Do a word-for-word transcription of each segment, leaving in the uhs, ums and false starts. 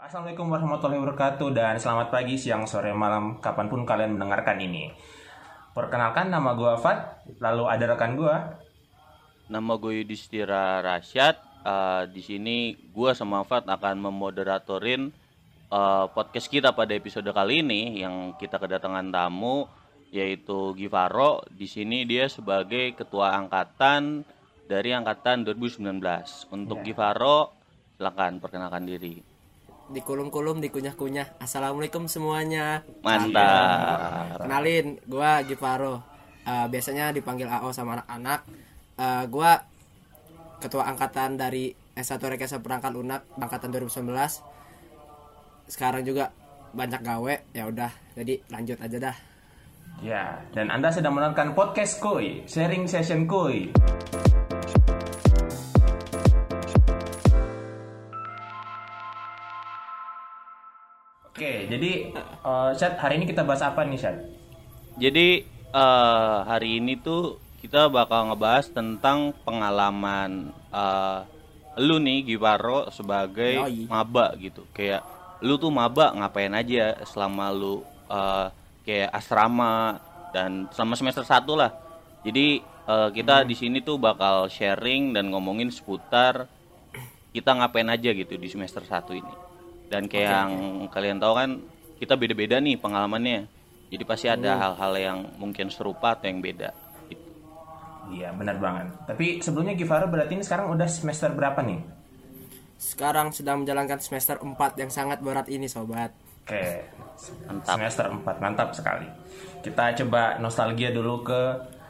Assalamualaikum warahmatullahi wabarakatuh dan selamat pagi, siang, sore, malam, kapanpun kalian mendengarkan ini. Perkenalkan, nama gue Fat, lalu ada rekan gue. Nama gue Yudhistira Rasyad. Uh, di sini gue sama Fat akan memoderatorin uh, podcast kita pada episode kali ini yang kita kedatangan tamu yaitu Givaro. Di sini dia sebagai ketua angkatan dari angkatan dua ribu sembilan belas. Untuk ya. Givaro, silakan perkenalkan diri. Dikulum-kulum, dikunyah-kunyah. Assalamualaikum semuanya. Mantap. Kenalin, gua Givaro. Uh, biasanya dipanggil A O sama anak-anak. Uh, gua ketua angkatan dari S satu Rekayasa Perangkat Lunak angkatan dua ribu sembilan belas. Sekarang juga banyak gawe, ya udah. Jadi lanjut aja dah. Ya, dan Anda sedang menonton podcast Kuy, sharing session Kuy. Oke, jadi uh, Syad, hari ini kita bahas apa nih, Syad? Jadi uh, hari ini tuh kita bakal ngebahas tentang pengalaman uh, lu nih Givaro sebagai Yoi. maba gitu. Kayak lu tuh maba ngapain aja selama lu uh, kayak asrama dan selama semester satu lah. Jadi uh, kita hmm. di sini tuh bakal sharing dan ngomongin seputar kita ngapain aja gitu di semester satu ini. Dan kayak okay, yang okay. kalian tahu kan kita beda-beda nih pengalamannya. Jadi pasti ada hmm. hal-hal yang mungkin serupa atau yang beda gitu. Iya, benar banget. Tapi sebelumnya Givaro berarti ini sekarang udah semester berapa nih? Sekarang sedang menjalankan semester empat yang sangat berat ini, sobat. Oke. Mantap. Semester empat, mantap sekali. Kita coba nostalgia dulu ke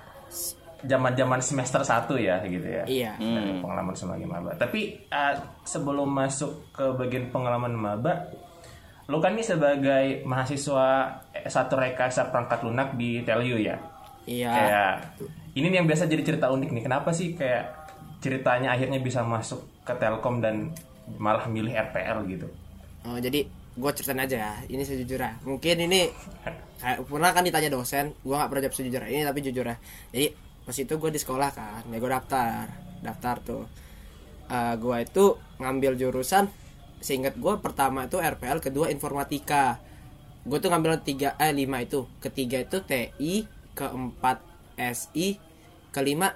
zaman-zaman semester satu ya gitu ya. Iya. Dari hmm. pengalaman sebagai maba. Tapi uh, sebelum masuk ke bagian pengalaman maba, lu kan nih sebagai mahasiswa S satu Rekayasa Perangkat Lunak di Telyu ya. Iya. Kayak ini nih yang biasa jadi cerita unik nih. Kenapa sih kayak ceritanya akhirnya bisa masuk ke Telkom dan malah milih R P L gitu? Oh, jadi gue ceritain aja ya. Ini sejujurnya. Mungkin ini kayak pernah kan ditanya dosen, gue nggak pernah jawab sejujurnya. Ini tapi jujur ya. Jadi pas itu gue di sekolah kan, ya gue daftar, daftar tuh. Uh, gue itu ngambil jurusan, seingat gue pertama itu R P L, kedua informatika. Gue tuh ngambil tiga, eh lima itu, ketiga itu T I, keempat S I, kelima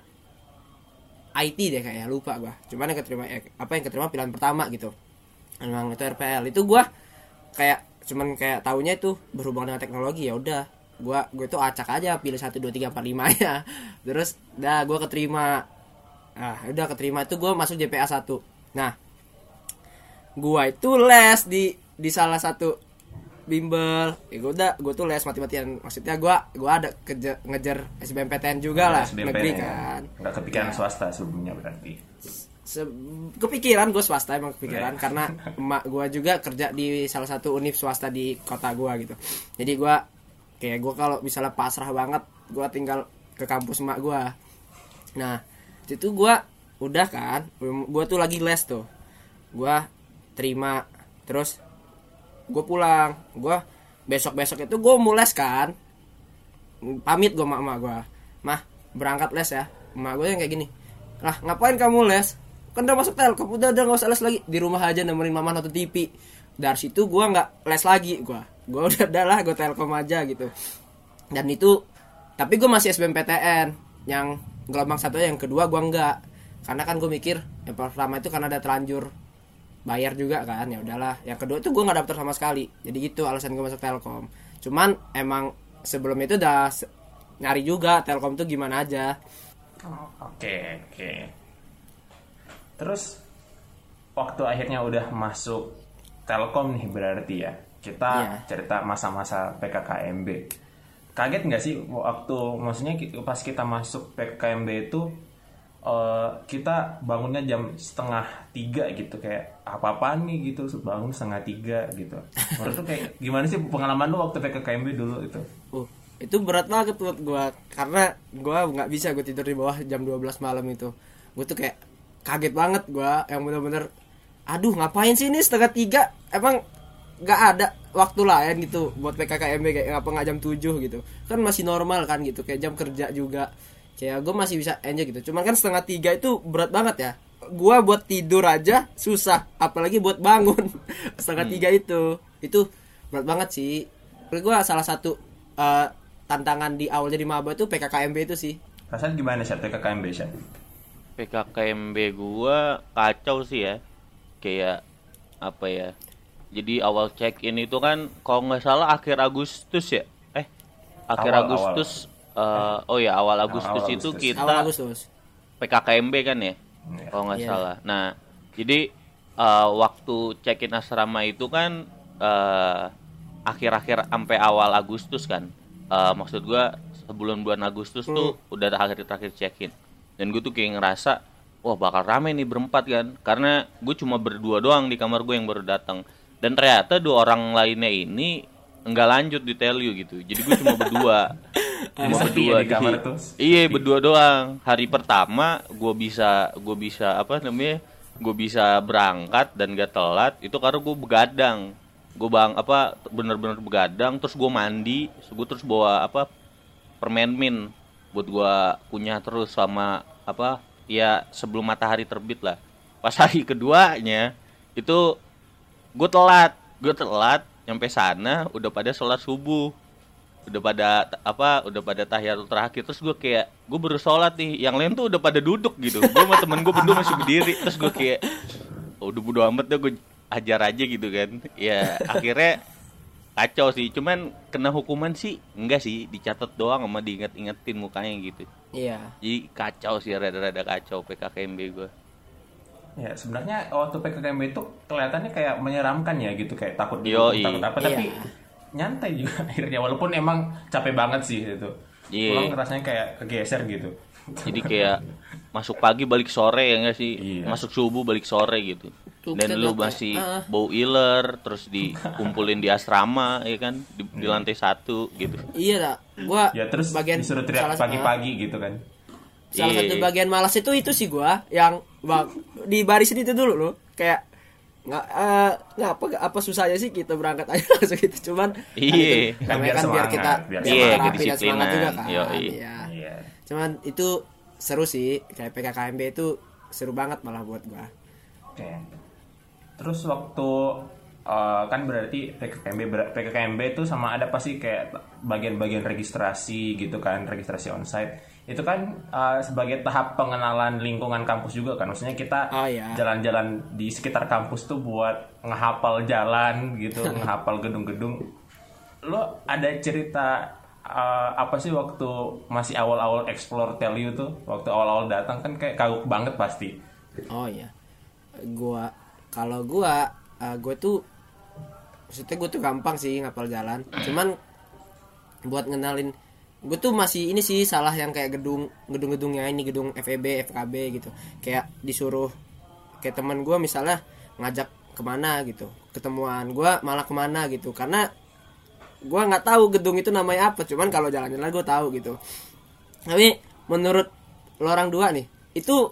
I T deh kayaknya, lupa gue. Cuman yang keterima, eh, apa yang keterima pilihan pertama gitu. Emang itu R P L. Itu gue kayak, cuman kayak taunya itu berhubungan dengan teknologi, ya udah. gue gue tuh acak aja pilih satu dua tiga empat lima ya. Terus dah gue keterima. Nah, udah keterima itu gue masuk J P A satu. Nah, gue itu les di di salah satu bimbel. Ya gue udah gue tuh les mati-matian. Maksudnya gue gue ada keje, ngejar S B M P T N juga nah, lah, negeri kan. Enggak kepikiran ya. Swasta sebelumnya berarti. Se- kepikiran gue swasta emang kepikiran karena emak gue juga kerja di salah satu univ swasta di kota gue gitu. Jadi gue kayak gue kalau misalnya pasrah banget, gue tinggal ke kampus emak gue. Nah, itu gue udah kan, gue tuh lagi les tuh, gue terima, terus gue pulang, gue besok besok itu gue mau les kan, pamit gue sama emak gue, mah berangkat les ya, emak gue yang kayak gini, lah ngapain kamu les? Kan udah masuk Telkom, udah udah nggak usah les lagi, di rumah aja nemenin mama nonton T V. Dari situ gue nggak les lagi, gue gue udah udah lah gue Telkom aja gitu. Dan itu tapi gue masih S B M P T N yang gelombang satu, yang kedua gue enggak, karena kan gue mikir yang pertama itu karena ada terlanjur bayar juga kan, ya udahlah. Yang kedua itu gue nggak daftar sama sekali, jadi gitu alasan gue masuk Telkom. Cuman emang sebelum itu udah nyari juga Telkom tuh gimana aja. Oke oke. Terus waktu akhirnya udah masuk Telkom nih berarti ya, kita yeah. cerita masa-masa P K K M B. Kaget nggak sih waktu, maksudnya pas kita masuk P K K M B itu uh, kita bangunnya jam setengah tiga gitu, kayak apa-apaan nih gitu, bangun setengah tiga gitu. Menurut tuh kayak gimana sih pengalaman lu waktu P K K M B dulu itu? Uh, itu berat banget buat gue, karena gue nggak bisa gue tidur di bawah jam dua belas malam itu. Gue tuh kayak kaget banget gue, yang bener-bener aduh ngapain sih ini setengah tiga, emang nggak ada waktu lain gitu buat P K K M B, kayak ngapa nggak jam tujuh gitu kan, masih normal kan gitu, kayak jam kerja juga kayak gue masih bisa enjoy gitu. Cuman kan setengah tiga itu berat banget ya, gua buat tidur aja susah, apalagi buat bangun setengah hmm. tiga itu. Itu berat banget sih. Menurut gua salah satu uh, tantangan di awal jadi maba itu P K K M B itu sih. Rasanya gimana sih P K K M B sih? P K K M B gua kacau sih ya. Kayak apa ya? Jadi awal check-in itu kan kalau nggak salah akhir Agustus ya. Eh, akhir awal, Agustus awal. Uh, oh ya awal Agustus awal, itu Agustus. Kita awal Agustus. P K K M B kan ya, yeah. Kalau nggak yeah. salah. Nah, jadi uh, waktu check-in asrama itu kan uh, akhir-akhir sampai awal Agustus kan. Uh, maksud gue sebelum bulan Agustus hmm. tuh udah akhir-terakhir check-in. Dan gue tuh kayak ngerasa, wah bakal rame nih berempat kan. Karena gue cuma berdua doang di kamar gue yang baru datang. Dan ternyata dua orang lainnya ini nggak lanjut di Telyu gitu. Jadi gue cuma berdua. Cuma berdua di kamar tuh. Iya, berdua doang. Hari pertama gue bisa gue bisa apa namanya? Gue bisa berangkat dan gak telat itu karena gue begadang. Gue bang apa bener-bener begadang, terus gue mandi, gue terus bawa apa permen min buat gue kunyah terus sama apa ya sebelum matahari terbit lah. Pas hari keduanya itu gue telat, gue telat nyampe sana udah pada sholat subuh. Udah pada apa udah pada tahiyatul terakhir terus gue kayak gue baru sholat nih, yang lain tuh udah pada duduk gitu, gue sama temen gue berdua masih berdiri, terus gue kayak oh, udah bodo amat deh gue ajar aja gitu kan. Ya akhirnya kacau sih, cuman kena hukuman sih enggak sih, dicatat doang sama diinget-ingetin mukanya gitu. Iya. Jadi kacau sih, rada-rada kacau P K K M B gue. Ya sebenarnya waktu P K K M B itu kelihatannya kayak menyeramkan ya gitu, kayak takut gitu, takut apa, tapi iya. Nyantai juga akhirnya, walaupun emang capek banget sih itu. Yeah. Pulang rasanya kayak kegeser gitu. Jadi kayak masuk pagi balik sore ya nggak sih? Yeah. Masuk subuh balik sore gitu. Dan lu masih uh. bau iler, terus dikumpulin di asrama ya kan, di, di lantai satu gitu. Iya lah, gua ya terus bagian disuruh teriak pagi-pagi gitu kan. Salah yeah. satu bagian malas itu itu sih gua yang bang, di barisin itu dulu loh, kayak nggak uh, nggak apa apa susahnya sih kita berangkat aja langsung gitu, cuman iya kan, biar, kan biar kita biar iya, rapi dan semangat juga kan. Iya. Iya. Cuman itu seru sih, kayak P K K M B itu seru banget malah buat gua. Oke. Terus waktu uh, kan berarti P K K M B P K K M B itu sama ada pasti kayak bagian-bagian registrasi gitu kan, registrasi onsite. Itu kan uh, sebagai tahap pengenalan lingkungan kampus juga kan, maksudnya kita oh, iya. jalan-jalan di sekitar kampus tuh buat ngehafal jalan gitu, ngehafal gedung-gedung. Lo ada cerita uh, apa sih waktu masih awal-awal explore Telyu tuh, waktu awal-awal datang kan kayak kagok banget pasti. Oh iya, gua kalau gua uh, gua tuh maksudnya gua tuh gampang sih ngapal jalan, cuman buat ngenalin gue tuh masih ini sih salah yang kayak gedung gedung-gedungnya ini, gedung F E B, F K B gitu, kayak disuruh kayak teman gue misalnya ngajak kemana gitu, ketemuan gue malah kemana gitu, karena gue nggak tahu gedung itu namanya apa, cuman kalau jalan-jalan gue tahu gitu. Tapi menurut lo orang dua nih, itu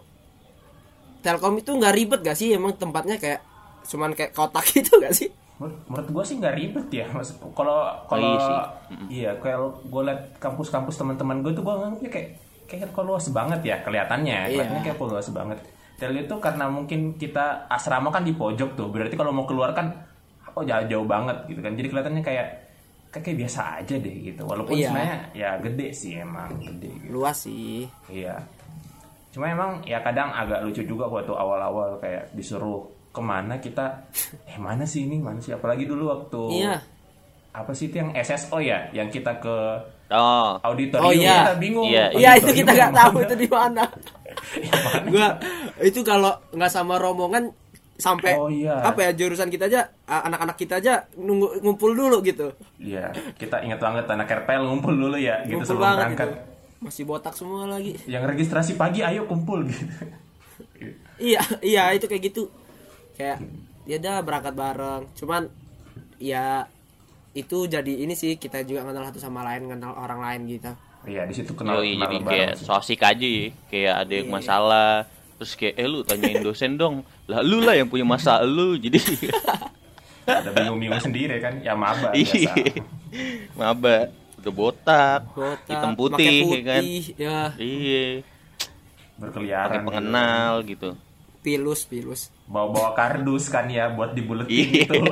Telkom itu nggak ribet gak sih, emang tempatnya kayak cuman kayak kotak gitu gak sih? Menurut gue sih nggak ribet ya, mas. Kalau kalau oh, iya, kalau gue liat kampus-kampus teman-teman gue tuh gue nganggapnya kayak kayak kok luas banget ya kelihatannya, iya. Kelihatannya kayak luas banget. Telyu itu karena mungkin kita asrama kan di pojok tuh, berarti kalau mau keluar kan oh jauh-jauh banget gitu kan, jadi kelihatannya kayak kayak biasa aja deh gitu, walaupun iya. Sebenarnya ya gede sih, emang gede. Gitu. Luas sih. Iya. Cuma emang ya kadang agak lucu juga waktu awal-awal kayak disuruh kemana kita eh mana sih ini mana sih, apalagi dulu waktu iya. apa sih itu yang S S O ya, yang kita ke oh. auditorium, oh, iya. kita bingung iya, iya itu kita nggak tahu itu di mana. Gua itu kalau nggak sama rombongan sampai oh, iya. apa ya, jurusan kita aja, anak-anak kita aja nunggu ngumpul dulu gitu. Iya, kita ingat banget anak R P L ngumpul dulu ya gitu ngumpul sebelum berangkat. Itu. Masih botak semua lagi. Yang registrasi pagi ayo kumpul gitu. iya, iya itu kayak gitu. Kayak ya udah berangkat bareng, cuman ya itu jadi ini sih, kita juga kenal satu sama lain, kenal orang lain gitu. Iya, di situ kenal. Yoi, jadi kayak sosik aja ya. Kayak ada yang masalah, terus kayak eh lu tanyain dosen dong, lah lu lah yang punya masalah lu, jadi ada bingung-bingung sendiri kan, ya maba biasa. Maba udah botak, botak hitam putih, putih ya kan, ya. iya, berkeliaran, pengenal gitu. pilus pilus bawa-bawa kardus kan ya buat dibuletin gitu.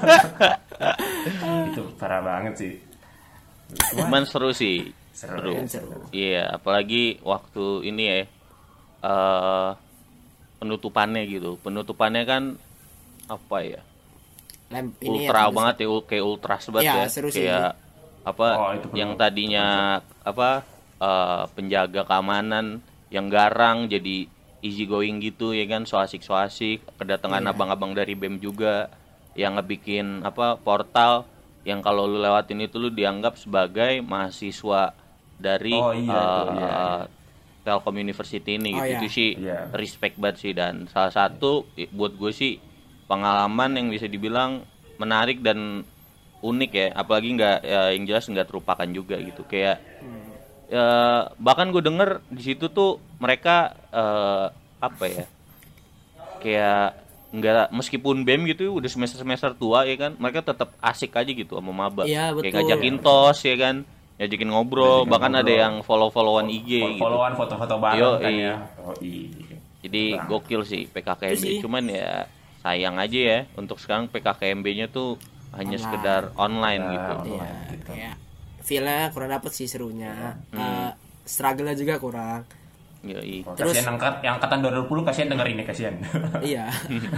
Itu parah banget sih. Cuman seru sih. Seru. Seru. Iya, apalagi waktu ini ya uh, penutupannya gitu. Penutupannya kan apa ya? Lem, ini ultra ya, banget ya, kayak ultras banget ya, ya. Seru kayak sih. apa oh, yang tadinya apa uh, penjaga keamanan yang garang jadi easy going gitu ya kan, so asik so asik. Kedatangan yeah. abang-abang dari B E M juga yang ngebikin apa portal yang kalau lu lewatin itu lu dianggap sebagai mahasiswa dari oh, iya, uh, itu, iya, iya. Telkom University ini oh, gitu. iya. Itu sih yeah. respect banget sih, dan salah satu buat gue sih pengalaman yang bisa dibilang menarik dan unik ya, apalagi nggak ya, yang jelas nggak terlupakan juga gitu. Kayak hmm. ya, bahkan gue denger di situ tuh mereka uh, apa ya, kayak nggak, meskipun B E M gitu udah semester semester tua ya kan, mereka tetap asik aja gitu sama maba. Ya, kayak ngajakin tos ya kan, ngajakin ngobrol, ngajakin bahkan ngobrol. Ada yang follow followan I G gitu. Followan foto-foto bareng Yo, kan iya. ya. Oh, iya. Jadi nah. gokil sih P K K M B. Cuman ya sayang aja ya untuk sekarang P K K M B-nya tuh hanya online. Sekedar online nah, gitu. Iya, gitu. Kayak feel-nya kurang dapet sih serunya. Hmm. Uh, struggle-nya juga kurang. Yoi. Oh, terus kasihan angkat yang angkatan dua puluh, kasihan denger ini, kasihan. Iya.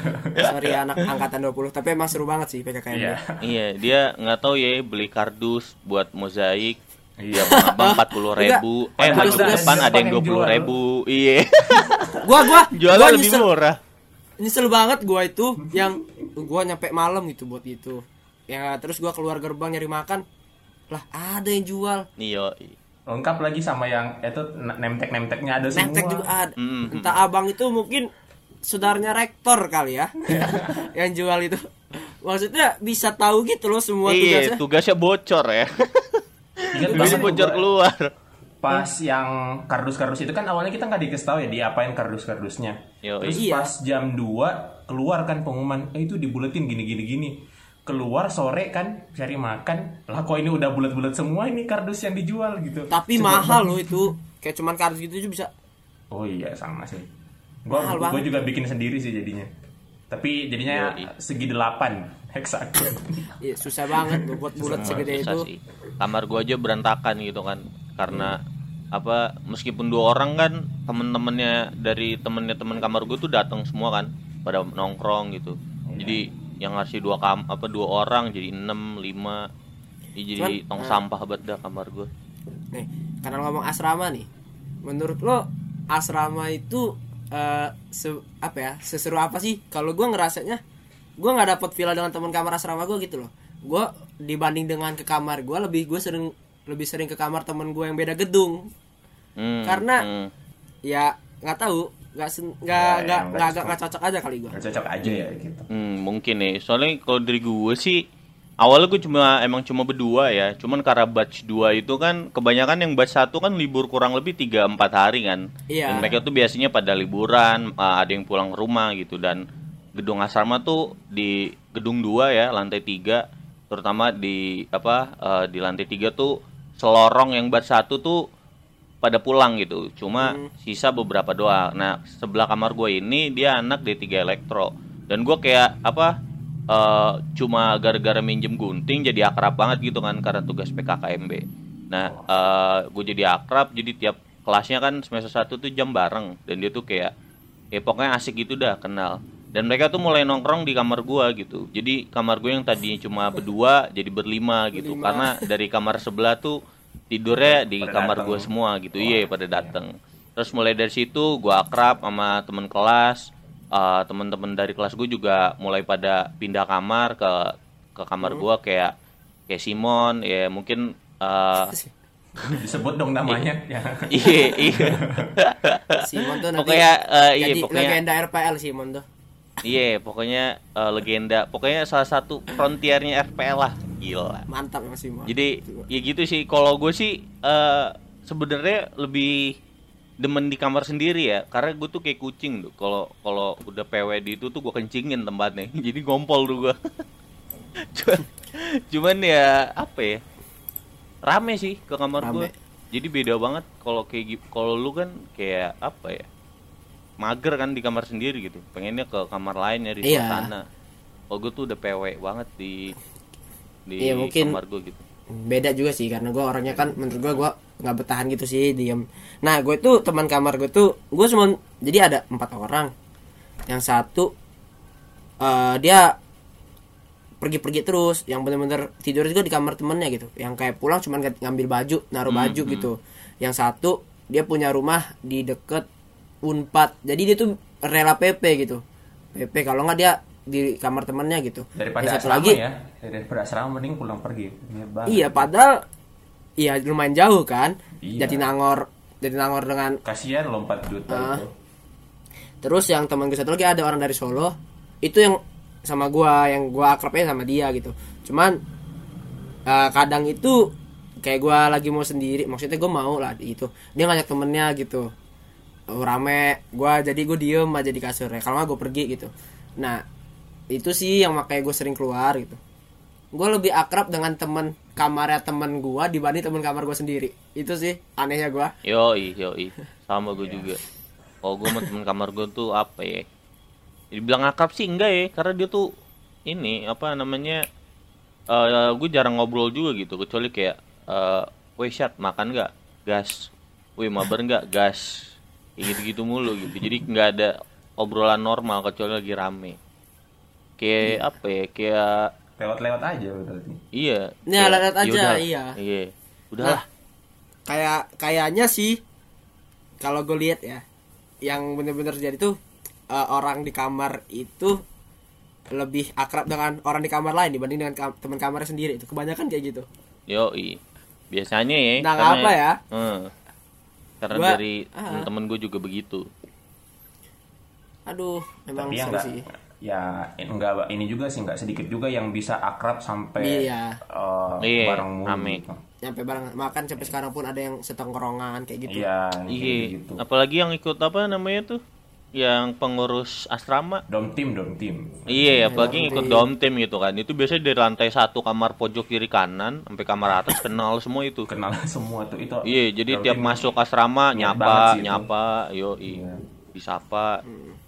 Sorry anak angkatan dua puluh, tapi emang seru banget sih P K K M B. Iya, iya dia nggak tahu ya beli kardus buat mozaik. Iya, abang empat puluh ribu. Eh, maju depan ada yang dua puluh ribu. Iya. Gua gua jualnya lebih murah. Nyesel banget gua itu yang gua nyampe malam gitu buat itu. Ya terus gua keluar gerbang nyari makan. Lah, ada yang jual. Iya. Lengkap lagi sama yang itu nemtek-nemteknya ada semua. Nemtek juga ada. Mm-hmm. Entah abang itu mungkin saudaranya rektor kali ya. Yang jual itu. Maksudnya bisa tahu gitu loh semua iya, tugasnya. Iya, tugasnya bocor ya. Ingat banget bocor keluar. Pas yang kardus-kardus itu kan awalnya kita nggak dikasih tahu ya diapain kardus-kardusnya. Yo, terus iya. Pas jam dua keluar kan pengumuman, eh itu dibuletin gini-gini gini. Keluar sore kan cari makan, lah kok ini udah bulat-bulat semua ini kardus yang dijual gitu. Tapi Cuma mahal loh itu, kayak cuman kardus gitu aja bisa. Oh iya sama sih. Gua gua juga bikin sendiri sih jadinya. Tapi jadinya Yoi. segi delapan heksagon. Iya susah banget tuh buat bulat segede itu. Sih. Kamar gua aja berantakan gitu kan, karena hmm. apa meskipun dua orang kan temen-temennya dari temennya temen kamar gua tuh datang semua kan, pada nongkrong gitu. Hmm. Jadi yang ngasih dua kam apa dua orang jadi enam lima jadi tong nah, sampah banget dah kamar gue. Nih karena ngomong asrama nih, menurut lo asrama itu uh, se apa ya seseru apa sih? Kalau gue ngerasanya gue nggak dapet villa dengan teman kamar asrama gue gitu loh. Gue dibanding dengan ke kamar gue lebih gue sering lebih sering ke kamar teman gue yang beda gedung. Hmm, karena hmm. ya nggak tahu. Nggak nggak nggak nggak nggak cocok aja kali gue. Nggak cocok aja ya gitu. Hmm, mungkin nih. Soalnya kalau dari gue sih awalnya gue cuma emang cuma berdua ya. Cuman karena batch dua itu kan kebanyakan yang batch satu kan libur kurang lebih tiga empat hari kan. Iya. Dan mereka tuh biasanya pada liburan, ada yang pulang ke rumah gitu. Dan gedung asrama tuh di gedung dua ya, lantai tiga, terutama di apa uh, di lantai tiga tuh selorong yang batch satu tuh pada pulang gitu, cuma hmm. sisa beberapa doang. Nah sebelah kamar gue ini dia anak D tiga Elektro, dan gue kayak apa uh, cuma gara-gara minjem gunting jadi akrab banget gitu kan karena tugas P K K M B. Nah uh, gue jadi akrab, jadi tiap kelasnya kan semester satu tuh jam bareng, dan dia tuh kayak ya pokoknya asik gitu dah kenal. Dan mereka tuh mulai nongkrong di kamar gue gitu, jadi kamar gue yang tadinya cuma berdua jadi berlima gitu, berlima. Karena dari kamar sebelah tuh tidurnya di pada kamar gue semua gitu. Oh, iya pada dateng. Iya. Terus mulai dari situ gue akrab sama temen kelas, uh, temen-temen dari kelas gue juga mulai pada pindah kamar ke ke kamar hmm. gue kayak kayak Simon ya mungkin uh, disebut dong namanya. Iya iya. Simon tuh nanti pokoknya uh, iya jadi pokoknya legenda R P L Simon tuh. Iya, pokoknya uh, legenda. Pokoknya salah satu frontiernya R P L lah. Gila. Mantap Mas Simon. Jadi ya gitu sih. Kalau gue sih uh, sebenarnya lebih demen di kamar sendiri ya. Karena gue tuh kayak kucing tuh. Kalau kalau udah P W di itu tuh gue kencingin tempatnya. Jadi ngompol tuh gue. cuman, cuman ya apa ya? Rame sih ke kamar gue. Jadi beda banget kalau kayak kalau lu kan kayak apa ya? mager kan di kamar sendiri gitu, pengennya ke kamar lain nyari Iya. suasana. Oh gue tuh udah P W banget di di Iya, mungkin kamar gue gitu. beda juga sih karena gue orangnya kan menurut gue gue nggak bertahan gitu sih diem. Nah gue tuh teman kamar gue tuh gue cuma jadi ada empat orang. Yang satu eh, dia pergi-pergi terus, yang bener-bener tidur juga di kamar temennya gitu, yang kayak pulang cuman ngambil baju naruh baju Hmm, gitu. Yang satu dia punya rumah di deket Unpad, jadi dia tuh rela P P gitu, P P kalau nggak dia di kamar temennya gitu. Daripada Yang satu asrama lagi ya, daripada asrama mending pulang pergi. Iya, banget. iya padahal iya lumayan jauh kan. Iya. Jatinangor Jatinangor dengan Kasihan lo empat juta Ah. itu. terus yang teman gue satu lagi ada orang dari Solo itu yang sama gua, yang gua akrabnya sama dia gitu. Cuman eh, kadang itu kayak gua lagi mau sendiri, maksudnya gua mau lah itu dia ngajak temennya gitu. Oh, rame, gua jadi gua diem aja di kasur ya, kalau nggak gua pergi gitu. Nah itu sih yang makanya gue sering keluar gitu. Gue lebih akrab dengan temen kamarnya temen gue dibanding temen kamar gue sendiri. Itu sih anehnya gue. Yoi, yoi. Sama gue juga. Oh, gue sama temen kamar gue tuh apa ya? Dibilang akrab sih enggak ya, karena dia tuh ini apa namanya? eh gue jarang ngobrol juga gitu, kecuali kayak eh weh Syat, makan nggak? Gas. Weh mabar nggak? Gas. Kayak gitu-gitu mulu gitu. Jadi nggak ada obrolan normal kecuali lagi rame. Kayak apa ya? Kayak Lewat-lewat aja berarti. iya. Ya, kayak, lewat aja, yaudah. iya. Iya. Udahlah. Kayak kayaknya sih kalau gue lihat ya, yang bener-bener jadi tuh eh, orang di kamar itu lebih akrab dengan orang di kamar lain dibanding dengan kam- teman kamarnya sendiri. Itu kebanyakan kayak gitu. Yoi. Biasanya ya. Nah, karena- apa ya? Hmm. Karena Gua- dari ah. temen gue juga begitu. Aduh, memang Tapi ya seru enggak sih. ya enggak ini juga sih enggak sedikit juga yang bisa akrab sampai Iya. eh, Iya, bareng mulu rame. gitu. Nyampe bareng makan sampai sekarang pun ada yang setongkrongan kayak gitu. Iya, kayak Iya. gitu. Apalagi yang ikut apa namanya tuh? Yang pengurus asrama. Dom tim, dom tim. Iya, apalagi yang ikut dom dom tim gitu kan. Itu biasanya dari lantai satu kamar pojok kiri kanan sampai kamar atas kenal semua itu. Kenal semua tuh itu. Iya, jadi dom tiap tim masuk asrama niat banget nyapa, sih itu. nyapa, yo Iya. disapa.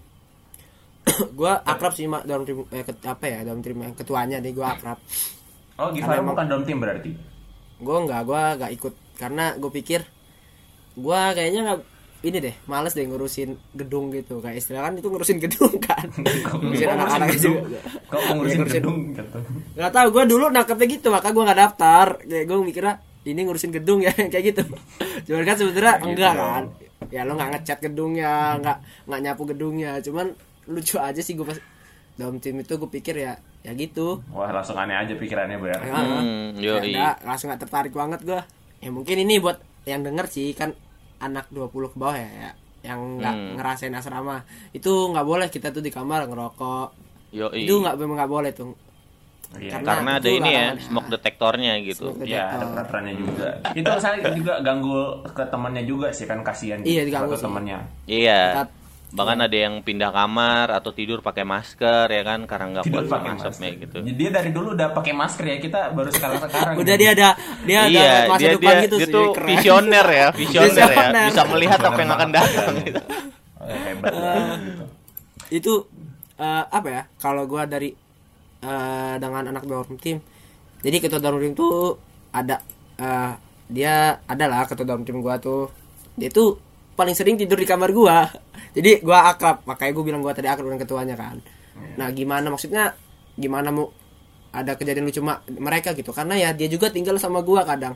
Gue akrab sih mak dalam tim eh, ket- apa ya dalam tim yang ketuanya nih gue akrab. Oh, Givaro bukan dom tim berarti. Gue nggak gue nggak ikut karena gue pikir gue kayaknya nggak ini deh males deh ngurusin gedung gitu, kayak istilah kan itu ngurusin gedung kan. ngurusin Kok anak-anak ngurusin juga. gedung? Kok ngurusin Ngurusin- gedung gitu. Nggak tahu gue dulu nangkepnya gitu maka gue nggak daftar. Kayak gue mikirnya ini ngurusin gedung ya kayak gitu. Cuman kan sebenarnya Gitu enggak dong. kan. Ya lo nggak ngecat gedungnya, nggak nggak nyapu gedungnya. Cuman lucu aja sih gue pas dalam tim itu gue pikir ya ya gitu. Wah, langsung aneh aja pikirannya berarti. Ya, Hmm, ya yoi. udah, langsung gak tertarik banget gue. Ya mungkin ini buat yang denger sih kan anak dua puluh ke bawah ya, ya yang nggak Hmm. ngerasain asrama itu nggak boleh kita tuh di kamar ngerokok. Yoi. Itu nggak memang nggak boleh tuh. Iya. Karena Karena ada itu ini ya, larangannya. smoke detektornya gitu. Smoke Iya, ada peraturannya juga. Itu saya juga ganggu ke temannya juga sih kan, kasihan Iya, diganggu ke sih. temannya. Iya. Tat- Bahkan ada yang pindah kamar atau tidur pakai masker ya kan, karena nggak Tidur kuat pakai sama masker. asapnya gitu. Jadi dia dari dulu udah pakai masker ya, kita baru sekarang sekarang. Udah dia ada dia ada Iya, masa dia depan dia, gitu dia sih. tuh Keren. visioner ya, visioner ya, Visioner. bisa melihat apa yang akan datang gitu. Oh, ya, hebat banget gitu. Itu eh, apa ya? Kalau gua dari eh, dengan anak dorm team. Jadi ketua dorm team tuh ada eh, dia adalah ketua dorm team gua tuh. Dia tuh paling sering tidur di kamar gua. Jadi gua akrab, makanya gua bilang gua tadi akrab dengan ketuanya kan. Nah, gimana maksudnya gimana mau ada kejadian lucu ma- mereka gitu karena ya dia juga tinggal sama gua kadang.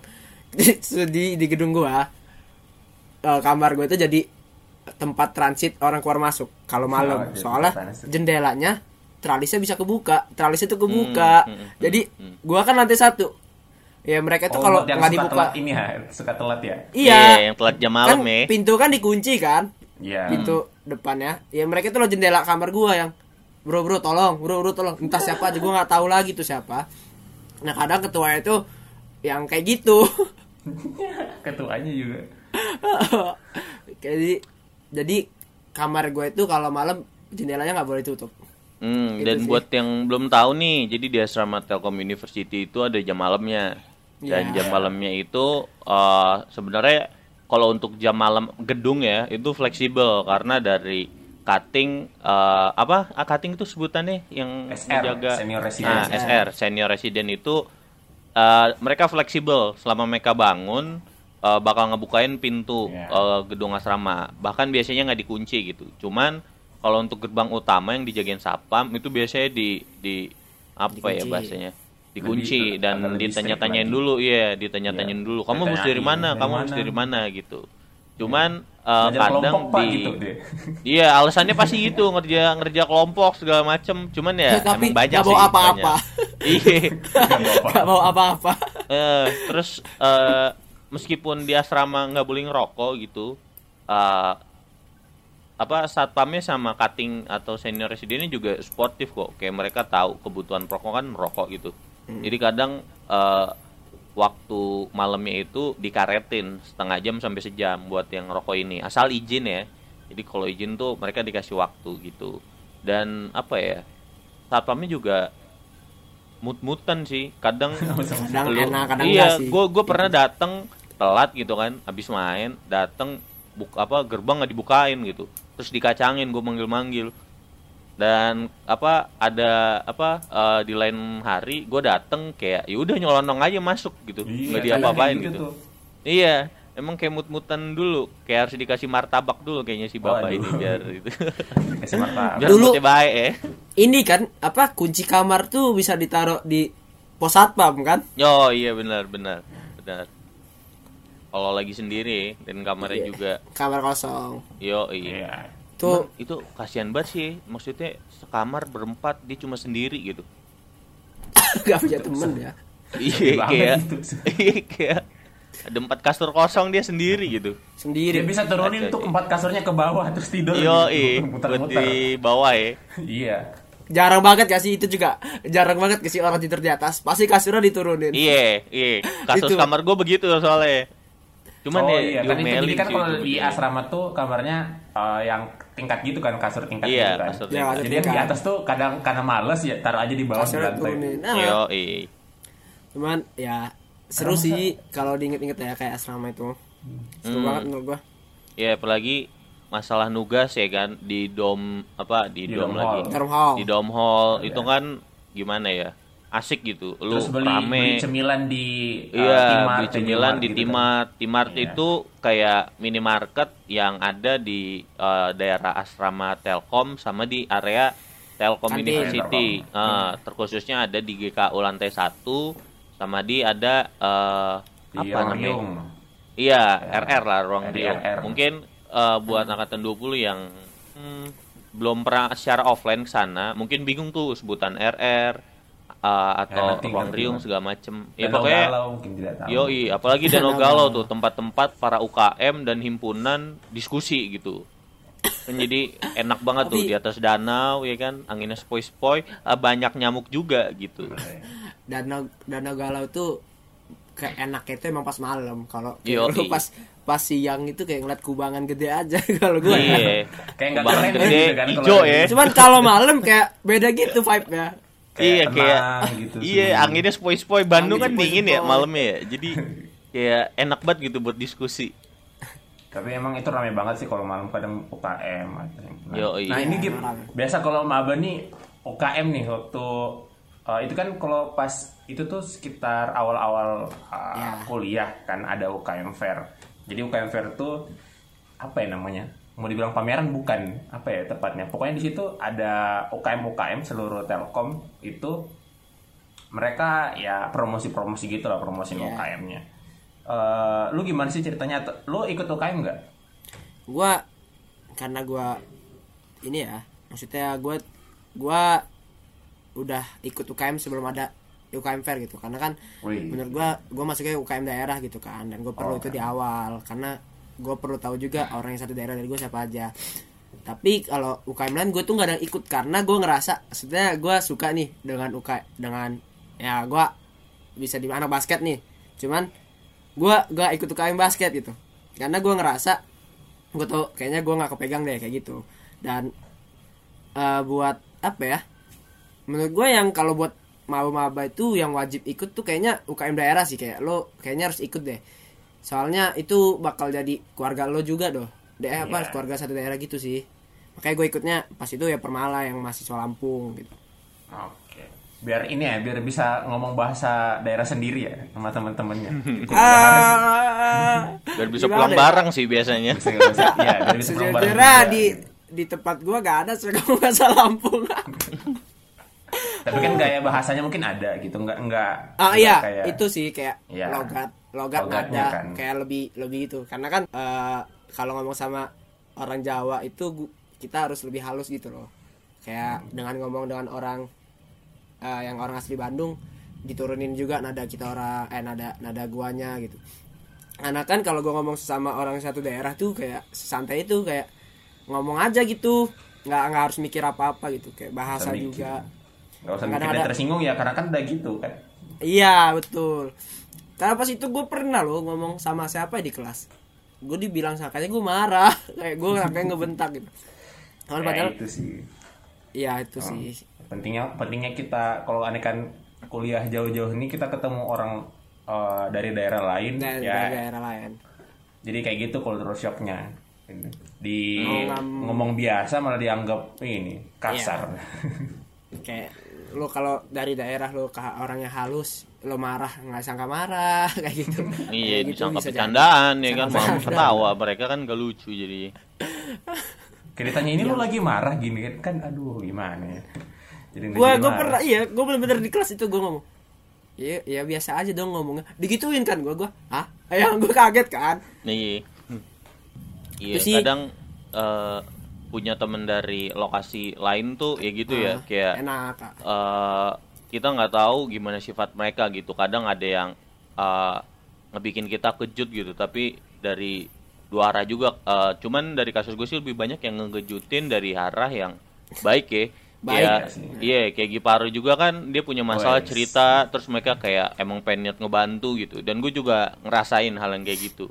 di di gedung gua. Eh, kamar gua itu jadi tempat transit orang keluar masuk kalau malam. Oh, jadi Soalnya transit. jendelanya tralisnya bisa kebuka, tralisnya tuh kebuka. Hmm, hmm, hmm, Jadi gua kan lantai satu. Ya mereka tuh Oh, kalau buat yang nggak suka dibuka, telat ini ya, suka telat ya. iya. yang telat jam malam Kan ya. pintu kan dikunci kan, Iya. pintu depannya. Ya mereka tuh lo jendela kamar gua yang, bro bro tolong, bro bro tolong. Entah siapa aja gua nggak tahu lagi tuh siapa. Nah kadang ketua itu yang kayak gitu. Ketuanya juga. jadi jadi kamar gue itu kalau malam jendelanya nggak boleh tutup. Hmm, Gitu dan sih. buat yang belum tahu nih, jadi di asrama Telkom University itu ada jam malamnya. Dan Ya. jam malamnya itu eh, sebenarnya kalau untuk jam malam gedung ya, itu fleksibel karena dari cutting uh, apa ah, cutting itu sebutannya yang S R, menjaga senior resident. Nah, S R senior resident itu uh, mereka fleksibel selama mereka bangun uh, bakal ngebukain pintu yeah. uh, gedung asrama, bahkan biasanya nggak dikunci gitu. Cuman kalau untuk gerbang utama yang dijagain satpam itu biasanya di di apa dikunci. ya bahasanya dikunci lebih, dan ditanya-tanyain dulu ya ditanya-tanyain yeah. dulu kamu harus dari mana dari kamu harus dari mana gitu. Cuman uh, kadang di gitu iya alasannya pasti gitu ngerja ngerja kelompok segala macem. Cuman ya tapi emang banyak gak bawa apa-apa. Iya gak bawa apa-apa. uh, terus uh, meskipun di asrama nggak boleh ngerokok gitu uh, apa satpamnya sama cutting atau senior residennya juga sportif kok, kayak mereka tahu kebutuhan perokok kan merokok gitu. hmm. Jadi kadang uh, waktu malamnya itu dikaretin setengah jam sampai sejam buat yang rokok ini asal izin ya. Jadi kalau izin tuh mereka dikasih waktu gitu. Dan apa ya, satpamnya juga mut-mutan sih kadang. Kadang lu, enak kadang iya gue gue pernah datang telat gitu kan, habis main datang buk apa gerbang nggak dibukain gitu, terus dikacangin, gue manggil-manggil. Dan apa ada apa uh, di lain hari gue dateng kayak ya udah nyelonong aja masuk gitu, nggak iya, diapa-apain gitu, gitu. Iya emang kayak mut-mutan dulu, kayak harus dikasih martabak dulu kayaknya si bapak oh, ini biar itu kasih martabak biar dulu baik ya. Ini kan apa kunci kamar tuh bisa ditaruh di pos satpam kan? Oh iya benar benar benar. Kalau lagi sendiri dan kamarnya iya. juga kamar kosong. Yo iya. Tuh nah, itu kasihan banget sih, maksudnya sekamar berempat dia cuma sendiri gitu. Gak punya temen ya. Iya kayak iya kayak ada empat kasur kosong dia sendiri gitu. Sendiri. Dia bisa turunin untuk empat kasurnya ke bawah terus tidur. Yo iya. Buat di bawah ya. Iya. Jarang banget gak sih itu juga, jarang banget gak sih orang tidur di atas, pasti kasurnya diturunin. Iya iya. Kasus kamar gue begitu soalnya. Cuman oh, ya, iya. Kan itu jadi kan kalau di asrama tuh kamarnya uh, yang tingkat gitu kan, kasur tingkat iya, gitu kan. Kasur ya, jadi yang di atas tuh kadang karena males ya taruh aja di bawah lantai. Nah, yo, iya. Cuman ya seru Masa? sih kalau diinget-inget ya kayak asrama itu. Seru hmm. banget menurut gua. Ya apalagi masalah nugas ya kan di dom apa di, di dom, dom lagi. Hall. Di dom hall ya. Itu kan gimana ya? Asik gitu, lu terus beli, rame beli cemilan di uh, iya, Timart, beli cemilan di Timart. Kan? Timart iya. itu kayak minimarket yang ada di uh, daerah asrama Telkom sama di area Telkom Cantik. University. Telkom. Uh, hmm. Terkhususnya ada di G K U lantai satu sama di ada uh, di apa namanya? Riung. Iya, ya. R R lah ruang Riung. Mungkin uh, buat angkatan dua puluh yang hmm, belum pernah secara offline ke sana, mungkin bingung tuh sebutan R R. Uh, atau ya, ruang riung segala macem ya pokoknya yoi apalagi Danau Galau tuh tempat-tempat para U K M dan himpunan diskusi gitu kan, jadi enak banget tuh di atas danau ya kan, anginnya sepoi-sepoi, uh, banyak nyamuk juga gitu. Danau Danau Galau tuh kayak enaknya itu emang pas malam, kalau lu pas pas siang itu kayak ngeliat kubangan gede aja kalau gue iya kayak nggak keren gede kan, hijau ya, cuman kalau malam kayak beda gitu vibe-nya. Kayak iya kayak gitu, iya sendiri. Anginnya sepoi-sepoi, Bandung Angin kan dingin ya malamnya ya, jadi kayak enak banget gitu buat diskusi. Tapi emang itu ramai banget sih kalau malam, kadang U K M. Nah, Yo, iya. nah ini gitu biasa kalau maba nih U K M nih waktu uh, itu kan kalau pas itu tuh sekitar awal-awal uh, yeah. kuliah kan ada U K M Fair. Jadi U K M Fair tuh apa ya namanya? Mau dibilang pameran bukan, apa ya tepatnya, pokoknya di situ ada U K M U K M seluruh Telkom itu mereka ya promosi-promosi gitu lah, promosi yeah. U K M-nya. Uh, lu gimana sih ceritanya? Lu ikut U K M nggak? Gua karena gua ini ya, maksudnya gua gua udah ikut U K M sebelum ada U K M Fair gitu, karena kan Wih. menurut gua gua masuknya U K M daerah gitu kan, dan gua perlu oh, itu kan. di awal karena gue perlu tahu juga orang yang satu daerah dari gue siapa aja. Tapi kalau U K M lain gue tuh nggak ada ikut karena gue ngerasa, maksudnya gue suka nih dengan U K dengan ya gue bisa di anak basket nih, cuman gue gak ikut U K M basket gitu karena gue ngerasa gue tuh kayaknya gue nggak kepegang deh kayak gitu. Dan uh, buat apa ya, menurut gue yang kalau buat maba-maba itu yang wajib ikut tuh kayaknya U K M daerah sih, kayak lo kayaknya harus ikut deh. Soalnya itu bakal jadi keluarga lo juga doh. Daerah apa? Yeah. Keluarga satu daerah gitu sih. Makanya gue ikutnya pas itu ya Permala yang mahasiswa Lampung gitu. Oke. Biar ini ya, biar bisa ngomong bahasa daerah sendiri ya sama teman-temannya. Ah, biar bisa pulang ya? Bareng sih biasanya. Bisa, bisa, ya, biar bisa pulang bareng. Sejujurnya di di tempat gue gak ada sih ngomong bahasa Lampung. Tapi kan gaya bahasanya mungkin ada gitu, enggak enggak. Ah iya, kayak, itu sih kayak ya, logat logat logatnya ada kan. kayak lebih lebih itu. Karena kan uh, kalau ngomong sama orang Jawa itu gu- kita harus lebih halus gitu loh. Kayak hmm. dengan ngomong dengan orang uh, yang orang asli Bandung diturunin juga nada kita orang eh nada nada guanya gitu. Karena kan kalau gue ngomong sama orang satu daerah tuh kayak santai itu kayak ngomong aja gitu, nggak nggak harus mikir apa-apa gitu, kayak bahasa juga. Gak usah mikir ada... tersinggung ya, karena kan udah gitu kan. Iya betul. Karena pas itu gue pernah loh ngomong sama siapa di kelas, gue dibilang sakanya gue marah, kayak gue kayak ngebentak gitu. Ya, padahal itu sih. Iya itu oh, sih. Pentingnya pentingnya kita kalau aneh kan kuliah jauh-jauh ini kita ketemu orang uh, dari daerah lain. Dari, ya. dari daerah lain. Jadi kayak gitu culture shocknya. Di oh, ngomong biasa malah dianggap ini kasar. Iya. Kayak lo kalau dari daerah lo ke orangnya halus, lo marah nggak sangka marah kayak gitu. Iya, gitu, disangka bercandaan ya kan, mau ketawa, mereka kan gak lucu jadi. Kayak ditanya ini ya. Lo lagi marah gini kan, kan aduh gimana ya. Jadi gue gue pernah iya, gue bener-bener di kelas itu gue ngomong. Iya, ya biasa aja dong ngomongnya. Digituin kan gue gue, ah, yang gue kaget kan. Nih, iya kadang. Uh, punya temen dari lokasi lain tuh ya gitu ya, kayak enak. Uh, kita nggak tahu gimana sifat mereka gitu. Kadang ada yang uh, ngebikin kita kejut gitu, tapi dari dua arah juga. Uh, cuman dari kasus gue sih lebih banyak yang ngegejutin dari arah yang baik ya. Baik ya, iya kayak Giparu juga kan dia punya masalah, oh, cerita, terus mereka kayak emang pengen niat ngebantu gitu. Dan gue juga ngerasain hal yang kayak gitu.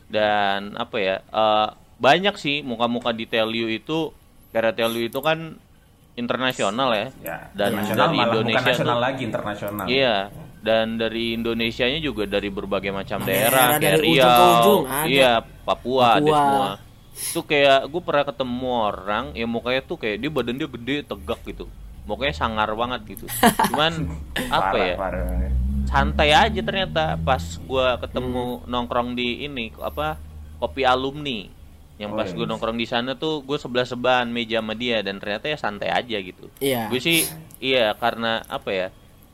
Dan apa ya? Uh, banyak sih muka-muka di Telyu itu, karena Telyu itu kan internasional ya, ya dan dari Indonesia bukan tuh lagi internasional. Iya, dan dari Indonesianya juga dari berbagai macam daerah, daerah kayak Riau, iya Papua, ada semua. Itu kayak gue pernah ketemu orang yang mukanya tuh kayak dia badan dia gede tegak gitu, mukanya sangar banget gitu. Cuman apa ya? Parah. Santai aja ternyata pas gue ketemu hmm. nongkrong di ini apa kopi alumni. Yang pas oh, gue nongkrong di sana tuh gue sebelah-sebelahan meja sama dia, dan ternyata ya santai aja gitu. Iya. Gue sih iya karena apa ya?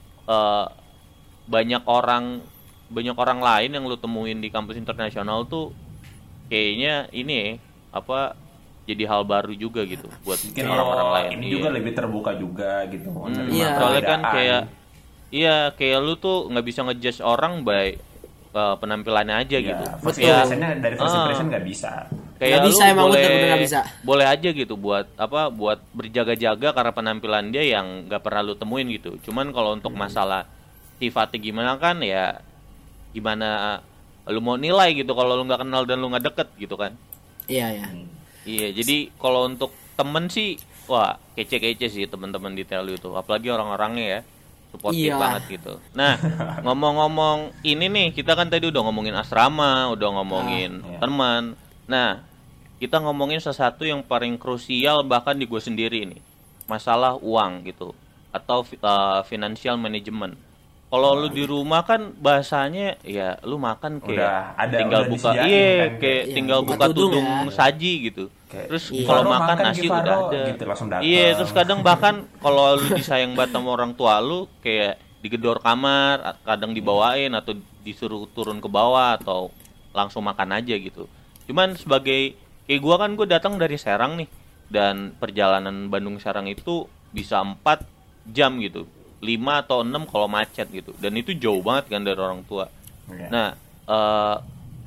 Uh, banyak orang banyak orang lain yang lu temuin di kampus internasional tuh kayaknya ini apa jadi hal baru juga gitu buat mungkin orang-orang lain. Ini iya. juga lebih terbuka juga gitu. Hmm, iya. Soalnya kan kayak iya kayak lu tuh nggak bisa ngejudge orang by uh, penampilannya aja ya, gitu. Betul. Ya, dari first impression nggak uh, bisa. Kayak gak bisa, emang boleh, bener, bener bisa. Boleh aja gitu buat apa buat berjaga-jaga karena penampilan dia yang nggak pernah lu temuin gitu. Cuman kalau untuk hmm. masalah sifatnya gimana kan ya gimana lu mau nilai gitu kalau lu nggak kenal dan lu nggak deket gitu kan. Iya ya. Hmm. Iya jadi kalau untuk temen sih wah kece-kece sih teman-teman di Telyu itu, apalagi orang-orangnya ya supportif iya. banget gitu. Nah ngomong-ngomong ini nih kita kan tadi udah ngomongin asrama, udah ngomongin ah, iya. teman. Nah, kita ngomongin sesuatu yang paling krusial bahkan di gue sendiri nih. Masalah uang gitu atau uh, financial management. Kalau oh, lu di rumah kan bahasanya ya lu makan kayak udah, ada, tinggal udah buka iya kan, kayak iya, tinggal buka, buka tudung, tudung ya. Saji gitu. Kayak, terus iya. kalau makan, makan nasi Givaro, udah ada. Gitu, iya, terus kadang bahkan kalau lu disayang banget sama orang tua lu kayak digedor kamar, kadang dibawain atau disuruh turun ke bawah atau langsung makan aja gitu. Cuman sebagai kayak gue kan gue datang dari Serang nih, dan perjalanan Bandung Serang itu bisa empat jam gitu, lima atau enam kalau macet gitu, dan itu jauh banget kan dari orang tua. Okay. Nah, uh,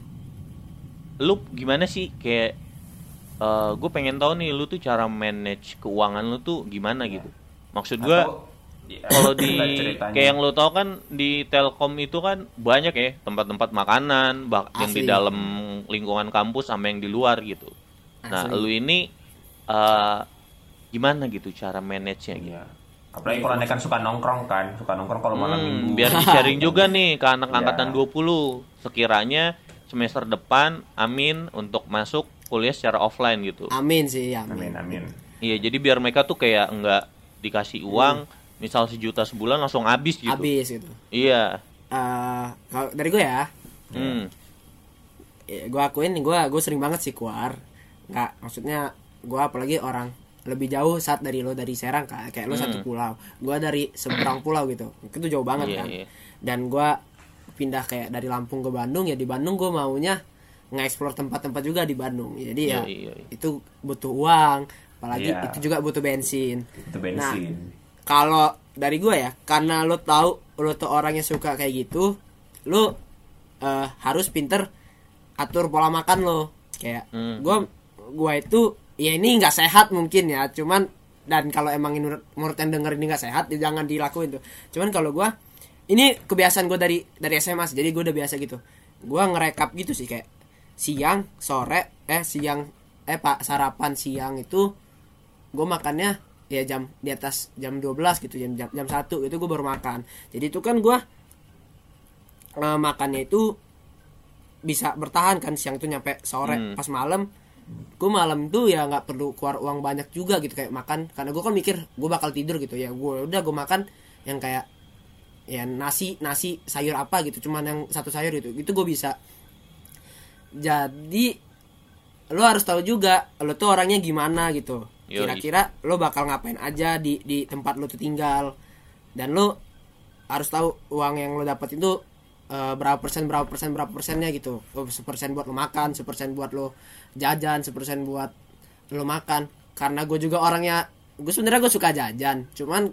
lu gimana sih kayak uh, gue pengen tahu nih lu tuh cara manage keuangan lu tuh gimana yeah. gitu. Maksud gue ya, kalau di kayak yang lo tau kan di Telkom itu kan banyak ya tempat-tempat makanan bah- yang di dalam lingkungan kampus sama yang di luar gitu. Asli. Nah lu ini uh, gimana gitu cara manage-nya gitu? Ya. Apalagi kalau kan suka nongkrong kan, suka nongkrong kalau malam hmm, minggu. Biar di-sharing juga nih ke anak angkatan ya. dua puluh sekiranya semester depan amin untuk masuk kuliah secara offline gitu. Amin sih, amin. Amin, amin. Iya, jadi biar mereka tuh kayak nggak dikasih uang, hmm. misal sejuta sebulan langsung habis gitu. Habis gitu. Iya. Uh, kalau dari gue ya, hmm. ya, gue akuin gue gue sering banget sih keluar. Nggak, maksudnya gue apalagi orang lebih jauh saat dari lo dari Serang kan, kayak lo hmm. satu pulau, gue dari seberang pulau gitu, itu jauh banget yeah, kan. Yeah. Dan gue pindah kayak dari Lampung ke Bandung, ya di Bandung gue maunya nge-explore tempat-tempat juga di Bandung. Jadi ya yeah, yeah, yeah. itu butuh uang. Apalagi yeah. itu juga butuh bensin. Butuh bensin. Nah, kalau dari gue ya, karena lo tahu lo tuh orangnya suka kayak gitu, lo uh, harus pinter atur pola makan lo. Kayak mm. gue gue itu ya ini nggak sehat mungkin ya, cuman dan kalau emang menurut menurut yang denger ini nggak sehat, ya jangan dilakuin tuh. Cuman kalau gue ini kebiasaan gue dari dari S M A, jadi gue udah biasa gitu. Gue ngerekap gitu sih kayak siang, sore, eh siang, eh pak sarapan siang itu gue makannya ya jam di atas jam dua belas gitu, jam jam, jam satu itu gue baru makan. Jadi itu kan gue uh, makannya itu bisa bertahan kan, siang tuh nyampe sore. hmm. Pas malam gue malam tuh ya nggak perlu keluar uang banyak juga gitu kayak makan, karena gue kan mikir gue bakal tidur gitu ya, gue udah gue makan yang kayak ya nasi nasi sayur apa gitu, cuman yang satu sayur itu itu gue bisa. Jadi lo harus tahu juga lo tuh orangnya gimana gitu. Kira-kira lo bakal ngapain aja di di tempat lo tuh tinggal, dan lo harus tahu uang yang lo dapat itu uh, berapa persen berapa persen berapa persennya gitu. Sepersen buat lo makan, sepersen buat lo jajan, sepersen buat lo makan. Karena gue juga orangnya, gue sebenarnya gue suka jajan, cuman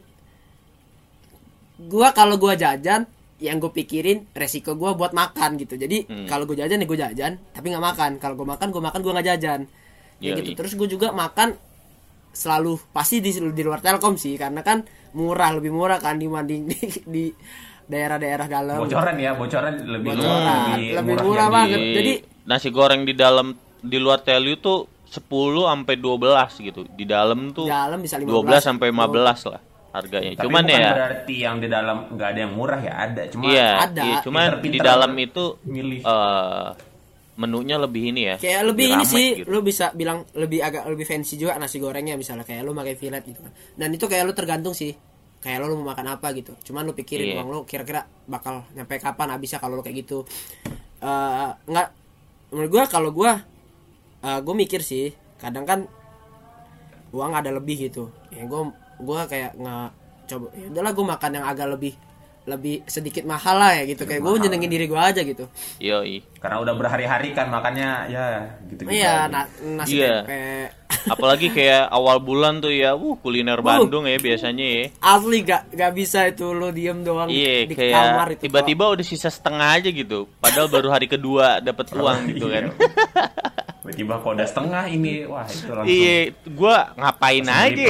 gue kalau gue jajan yang gue pikirin resiko gue buat makan gitu. Jadi hmm. kalau gue jajan ya gue jajan tapi nggak makan. Kalau gue makan gue makan gue nggak jajan ya gitu. Terus gue juga makan selalu pasti di, di luar Telkom sih, karena kan murah, lebih murah kan dibanding di, di daerah-daerah dalam. Bocoran ya, bocoran lebih bocoran, lebih, lebih murah, murah banget. Di, jadi nasi goreng di dalam di luar Telu tuh sepuluh sampai dua belas gitu. Di dalam tuh dalam bisa lima belas, dua belas sampai lima belas lah harganya. Tapi cuman bukan ya berarti yang di dalam nggak ada yang murah ya, ada. Cuma iya, ada. Iya, cuman di dalam itu uh, menunya lebih ini ya. Kayak lebih ini sih, gitu. Lo bisa bilang lebih agak lebih fancy juga nasi gorengnya, misalnya kayak lo pakai fillet gitu kan. Dan itu kayak lo tergantung sih. Kayak lo, lo mau makan apa gitu. Cuman lo pikirin yeah. uang lo kira-kira bakal nyampe kapan habisnya kalau lo kayak gitu. Uh, nggak menurut gue kalau gue uh, gue mikir sih, kadang kan uang ada lebih gitu. Ya gue gue kayak nggak coba. Ya udahlah gue makan yang agak lebih lebih sedikit mahal lah ya gitu, kayak gue nyenengin diri gue aja gitu. Yoi. Karena udah berhari-hari kan makannya ya gitu-gitu. Iya, na- nasi iya. tempe. Apalagi kayak awal bulan tuh ya, wuh kuliner Bandung uh, ya biasanya ya. Asli gak gak bisa itu lo diem doang iya, di kayak kamar itu. Tiba-tiba kalau udah sisa setengah aja gitu. Padahal baru hari kedua dapat uang gitu kan. Tiba-tiba kalau udah setengah ini, wah itu langsung. Iya, gue ngapain aja?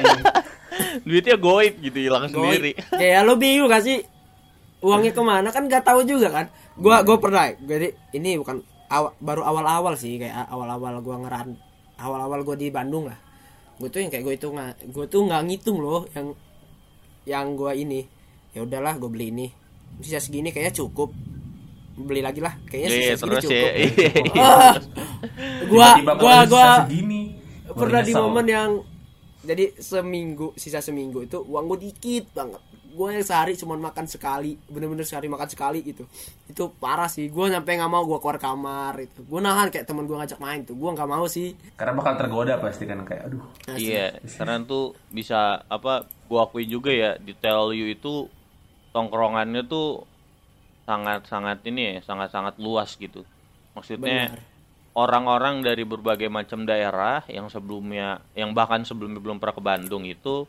Duitnya goib gitu, hilang sendiri. Kayak lo bingung gak sih uangnya kemana, kan gak tahu juga kan. Gue gue pernah, jadi ini bukan aw, baru awal-awal sih, kayak awal-awal gue ngeran, awal-awal gue di Bandung lah. Gue tuh yang kayak gue itu nggak, gue tuh nggak ngitung loh yang yang gue ini. Ya udahlah, gue beli ini, sisa segini kayaknya cukup, beli lagi lah, kayaknya sisa yeah, segini cukup. Ya. Gue gue gue Gua pernah di momen yang jadi seminggu, sisa seminggu itu uang gue dikit banget. Gue yang sehari cuma makan sekali, bener-bener sehari makan sekali gitu. Itu parah sih. Gue nyampe nggak mau gue keluar kamar itu. Gue nahan kayak temen gue ngajak main tuh. Gue nggak mau sih. Karena bakal tergoda pasti kan, kayak aduh. Iya. Karena tuh bisa apa? Gue akuin juga ya di Tell You itu tongkrongannya tuh sangat-sangat ini ya, sangat-sangat luas gitu. Maksudnya benar. Orang-orang dari berbagai macam daerah yang sebelumnya, yang bahkan sebelumnya belum pernah ke Bandung itu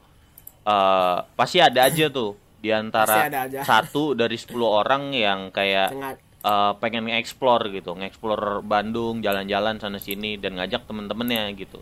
uh, pasti ada aja tuh di antara satu dari sepuluh orang yang kayak uh, pengen nge-explore gitu, nge-explore Bandung, jalan-jalan sana sini dan ngajak temen-temennya gitu.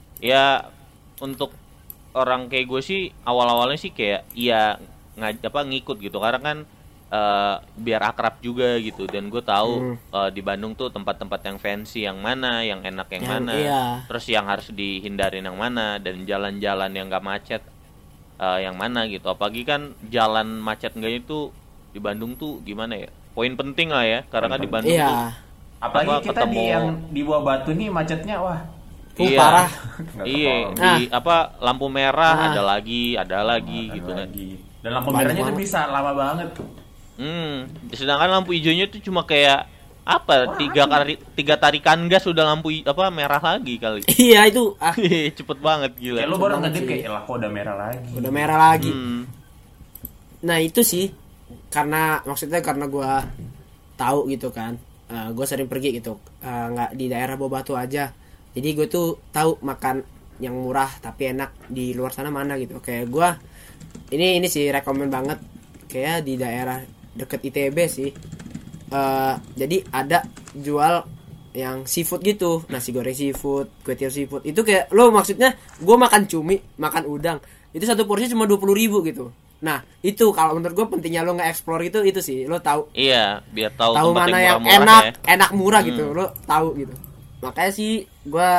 Ya untuk orang kayak gue sih awal-awalnya sih kayak iya ngaj- apa ngikut gitu, karena kan Uh, biar akrab juga gitu, dan gue tahu hmm. uh, di Bandung tuh tempat-tempat yang fancy yang mana, yang enak yang, yang mana, iya. Terus yang harus dihindarin yang mana, dan jalan-jalan yang gak macet uh, yang mana gitu. Apalagi kan jalan macet enggak itu di Bandung tuh gimana ya, poin penting lah ya, karena kan di Bandung iya. tuh Apalagi apa, kita ketemu... di yang di Buah Batu nih macetnya wah. Uh, iya. Parah. Iya, di nah. apa lampu merah nah. ada lagi, ada lagi nah, gitu ada kan. Lagi. Dan lampu Banyak merahnya tuh bisa lama banget tuh. Hmm, sedangkan lampu hijaunya tuh cuma kayak apa? Wah, tiga kali tiga tarikan gas sudah lampu apa merah lagi kali. Iya itu. Ah. Cepet banget gila. Kayak lu baru ngedip kayak lah kok udah merah lagi. Udah merah lagi. Hmm. Nah, itu sih karena maksudnya karena gua tahu gitu kan. Uh, gua sering pergi gitu. Enggak uh, di daerah Buah Batu aja. Jadi gue tuh tahu makan yang murah tapi enak di luar sana mana gitu. Kayak gua ini ini sih rekomen banget kayak di daerah deket I T B sih. Uh, jadi ada jual yang seafood gitu, nasi goreng seafood, kue tiaw seafood. Itu kayak lo maksudnya gue makan cumi, makan udang, itu satu porsi cuma dua puluh ribu gitu. Nah itu kalau menurut gue pentingnya lo nge-explore itu itu sih lo tahu. Iya, biar tahu tahu mana yang, yang enak ya. enak murah hmm. gitu, lo tahu gitu. Makanya sih gue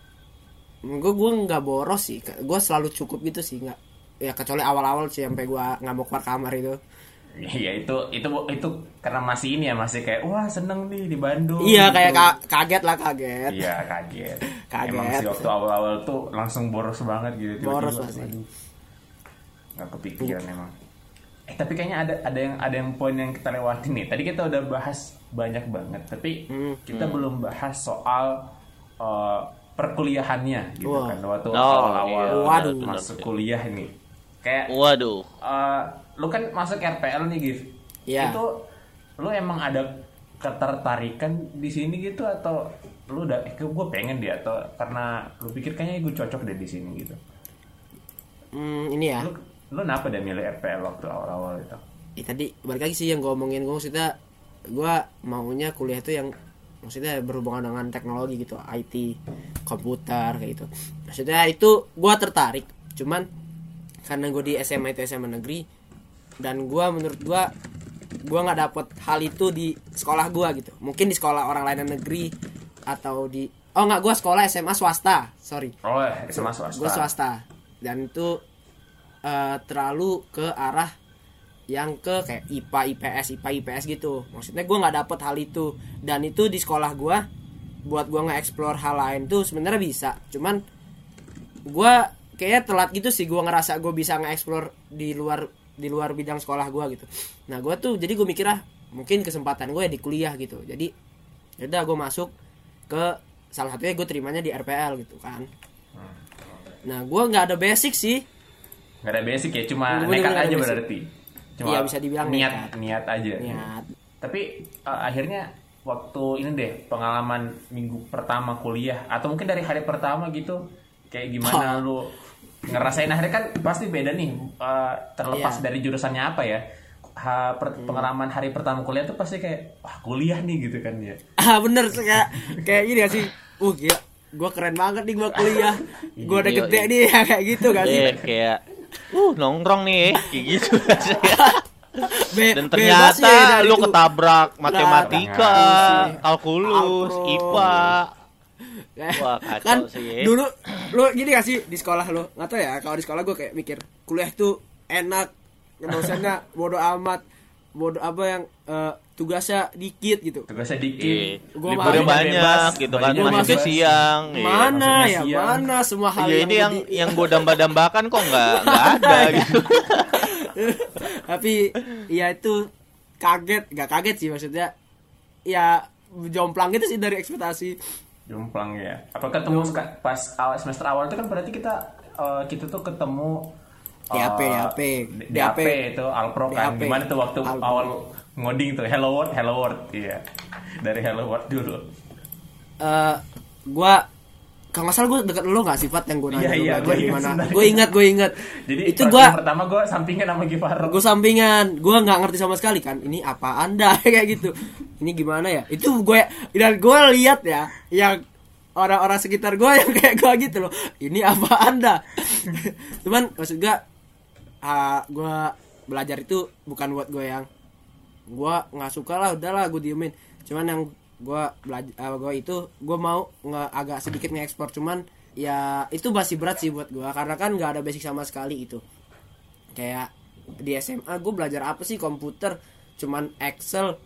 gue gue nggak boros sih, gue selalu cukup gitu sih, nggak ya kecuali awal-awal sih sampai gue nggak mau keluar kamar itu. Iya itu itu itu karena masih ini ya masih kayak wah seneng nih di Bandung. Iya gitu. Kayak ka- kaget lah kaget. Iya kaget. kaget. Emang sih waktu awal-awal tuh langsung boros banget gitu. Boros pasti. Nggak kepikiran uh. emang. Eh tapi kayaknya ada ada yang ada yang poin yang kita lewatin nih. Tadi kita udah bahas banyak banget, tapi hmm. kita hmm. belum bahas soal uh, perkuliahannya gitu wow. kan waktu oh, awal-awal iya. masuk kuliah ini. Kayak waduh. Uh, lu kan masuk R P L nih Gif. Yeah. Itu lu emang ada ketertarikan di sini gitu atau lu udah eh gue pengen dia atau karena lu pikir kayaknya gue cocok deh di sini gitu. Hmm, ini ya. Lu lu kenapa deh milih R P L waktu awal-awal itu? Eh, tadi balik lagi sih yang gue omongin, gue maksudnya gue maunya kuliah itu yang maksudnya berhubungan dengan teknologi gitu, I T, komputer kayak gitu. Maksudnya itu gue tertarik, cuman karena gue di S M A itu S M A negeri dan gue menurut gue gue nggak dapet hal itu di sekolah gue gitu. Mungkin di sekolah orang lain negeri atau di oh nggak, gue sekolah S M A swasta, sorry. Oh S M A swasta. Gue swasta dan itu uh, terlalu ke arah yang ke kayak I P A I P S I P A I P S gitu. Maksudnya gue nggak dapet hal itu dan itu di sekolah gue buat gue nge-explore hal lain tuh sebenarnya bisa. Cuman gue kayaknya telat gitu sih, gue ngerasa gue bisa nge-explore di luar di luar bidang sekolah gue gitu. Nah gue tuh jadi gue mikir ah mungkin kesempatan gue ya di kuliah gitu. Jadi yaudah gue masuk ke salah satunya gue terimanya di R P L gitu kan. Nah gue nggak ada basic sih. Nggak ada basic ya, cuma gua nekat aja basic. Berarti. Cuma iya bisa dibilang niat nekat. niat aja. Niat. Tapi uh, akhirnya waktu ini deh pengalaman minggu pertama kuliah atau mungkin dari hari pertama gitu kayak gimana oh. lu ngerasain akhirnya kan pasti beda nih uh, terlepas yeah. dari jurusannya apa ya. Ha, per, hmm. pengalaman hari pertama kuliah tuh pasti kayak wah kuliah nih gitu kan ya. Ah bener kayak kayak gini ya sih. Uh gila, gue keren banget nih gue kuliah. Gue udah gede nih kayak gitu kan sih. Eh, kayak uh nongkrong nih kayak gitu. Be- Dan ternyata ya, lu itu. Ketabrak matematika, nah, kalkulus, Alpro. I P A. Wah kacau kan, sih. Dulu lu gini gak sih di sekolah lu? Nggak tahu ya, kalau di sekolah gue kayak mikir kuliah tuh enak, dosennya bodo amat, bodo apa yang uh, tugasnya dikit gitu. Tugasnya dikit. Gua liburnya banyak bebas, gitu kan, masuk siang. Mana iya, ya, siang. Mana semua hal ya, yang ini yang di... yang gue damba-dambakan kok nggak nggak ada gitu. Tapi ya itu kaget, nggak kaget sih maksudnya. Ya jomplang gitu sih dari ekspektasi. Jomplang ya. Apa ketemu Jom. Pas awal semester awal itu kan berarti kita uh, kita tuh ketemu D A P, D A P, D A P itu Alpro kan. Gimana tuh waktu Alpro. Awal ngoding tuh Hello World, Hello World, iya. Dari Hello World dulu. Uh, gua kalau nggak salah gue deket lo nggak sifat yang gue nanya iya, iya, gimana? Gue ingat, gue ingat. Jadi itu gue pertama gue sampingan sama Gifaro. Gue sampingan, gue nggak ngerti sama sekali kan. Ini apa anda kayak gitu? Ini gimana ya? Itu gue dan gue lihat ya, yang orang-orang sekitar gue yang kayak gue gitu loh. Ini apa anda? Cuman maksud gue, uh, gue belajar itu bukan buat gue yang gue nggak suka lah, udahlah gue diemin. Cuman yang gue belajar uh, gue itu gue mau nge agak sedikit nge-ekspor, cuman ya itu masih berat sih buat gue karena kan nggak ada basic sama sekali. Itu kayak di S M A gue belajar apa sih, komputer cuman Excel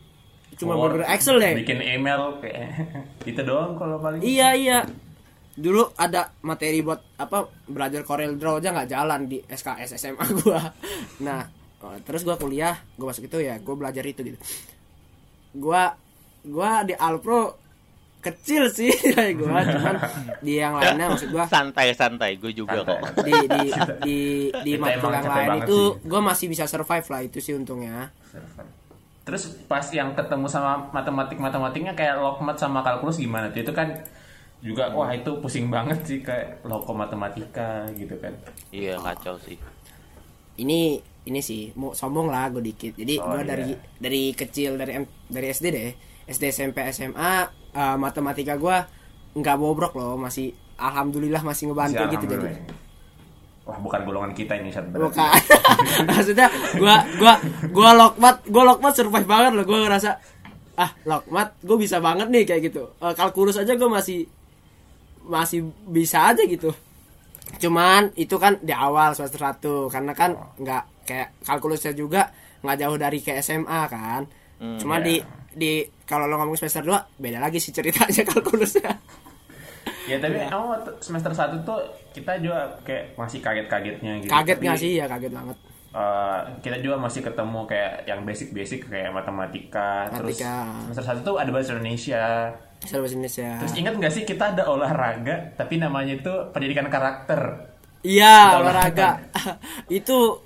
cuma bener Excel deh. Bikin email kayak itu doang kalau paling. Iya iya. Dulu ada materi buat apa belajar Corel Draw aja nggak jalan di S K S S M A gua. Nah, terus gua kuliah, gua masuk itu ya, gua belajar itu gitu. Gua gua di Alpro kecil sih kayak gue, cuman di yang lainnya maksud gue santai-santai gue juga santai. kok di di di di matkul yang lain itu gue masih bisa survive lah, itu sih untungnya. Terus pas yang ketemu sama matematik matematiknya kayak logmat sama kalkulus gimana tuh? Itu kan juga wah itu pusing banget sih kayak loko matematika gitu kan. Iya kacau sih. Ini ini sih mau sombong lah gue dikit. Jadi oh, gue iya. dari dari kecil dari dari S D deh, S D S M P S M A uh, matematika gue nggak bobrok loh, masih alhamdulillah masih ngebantu masih gitu jadi. Wah bukan golongan kita ini Sat. Bukan. Maksudnya gue gue gue lokmat gue lokmat survive banget loh, gue ngerasa ah lokmat gue bisa banget nih kayak gitu. Uh, kalkulus aja gue masih masih bisa aja gitu. Cuman itu kan di awal semester satu karena kan nggak kayak kalkulusnya juga nggak jauh dari ke S M A kan. Hmm, Cuma yeah. di di kalau lo ngomong semester dua beda lagi sih ceritanya kalkulusnya. Ya tapi ya. Oh, semester satu tuh kita juga kayak masih kaget-kagetnya gitu. Kaget nggak sih ya, kaget banget. Uh, kita juga masih ketemu kayak yang basic-basic kayak matematika. Matematika. Terus semester satu tuh ada bahasa Indonesia. Bahasa Indonesia. Terus ingat nggak sih kita ada olahraga tapi namanya itu pendidikan karakter. Iya olahraga. Itu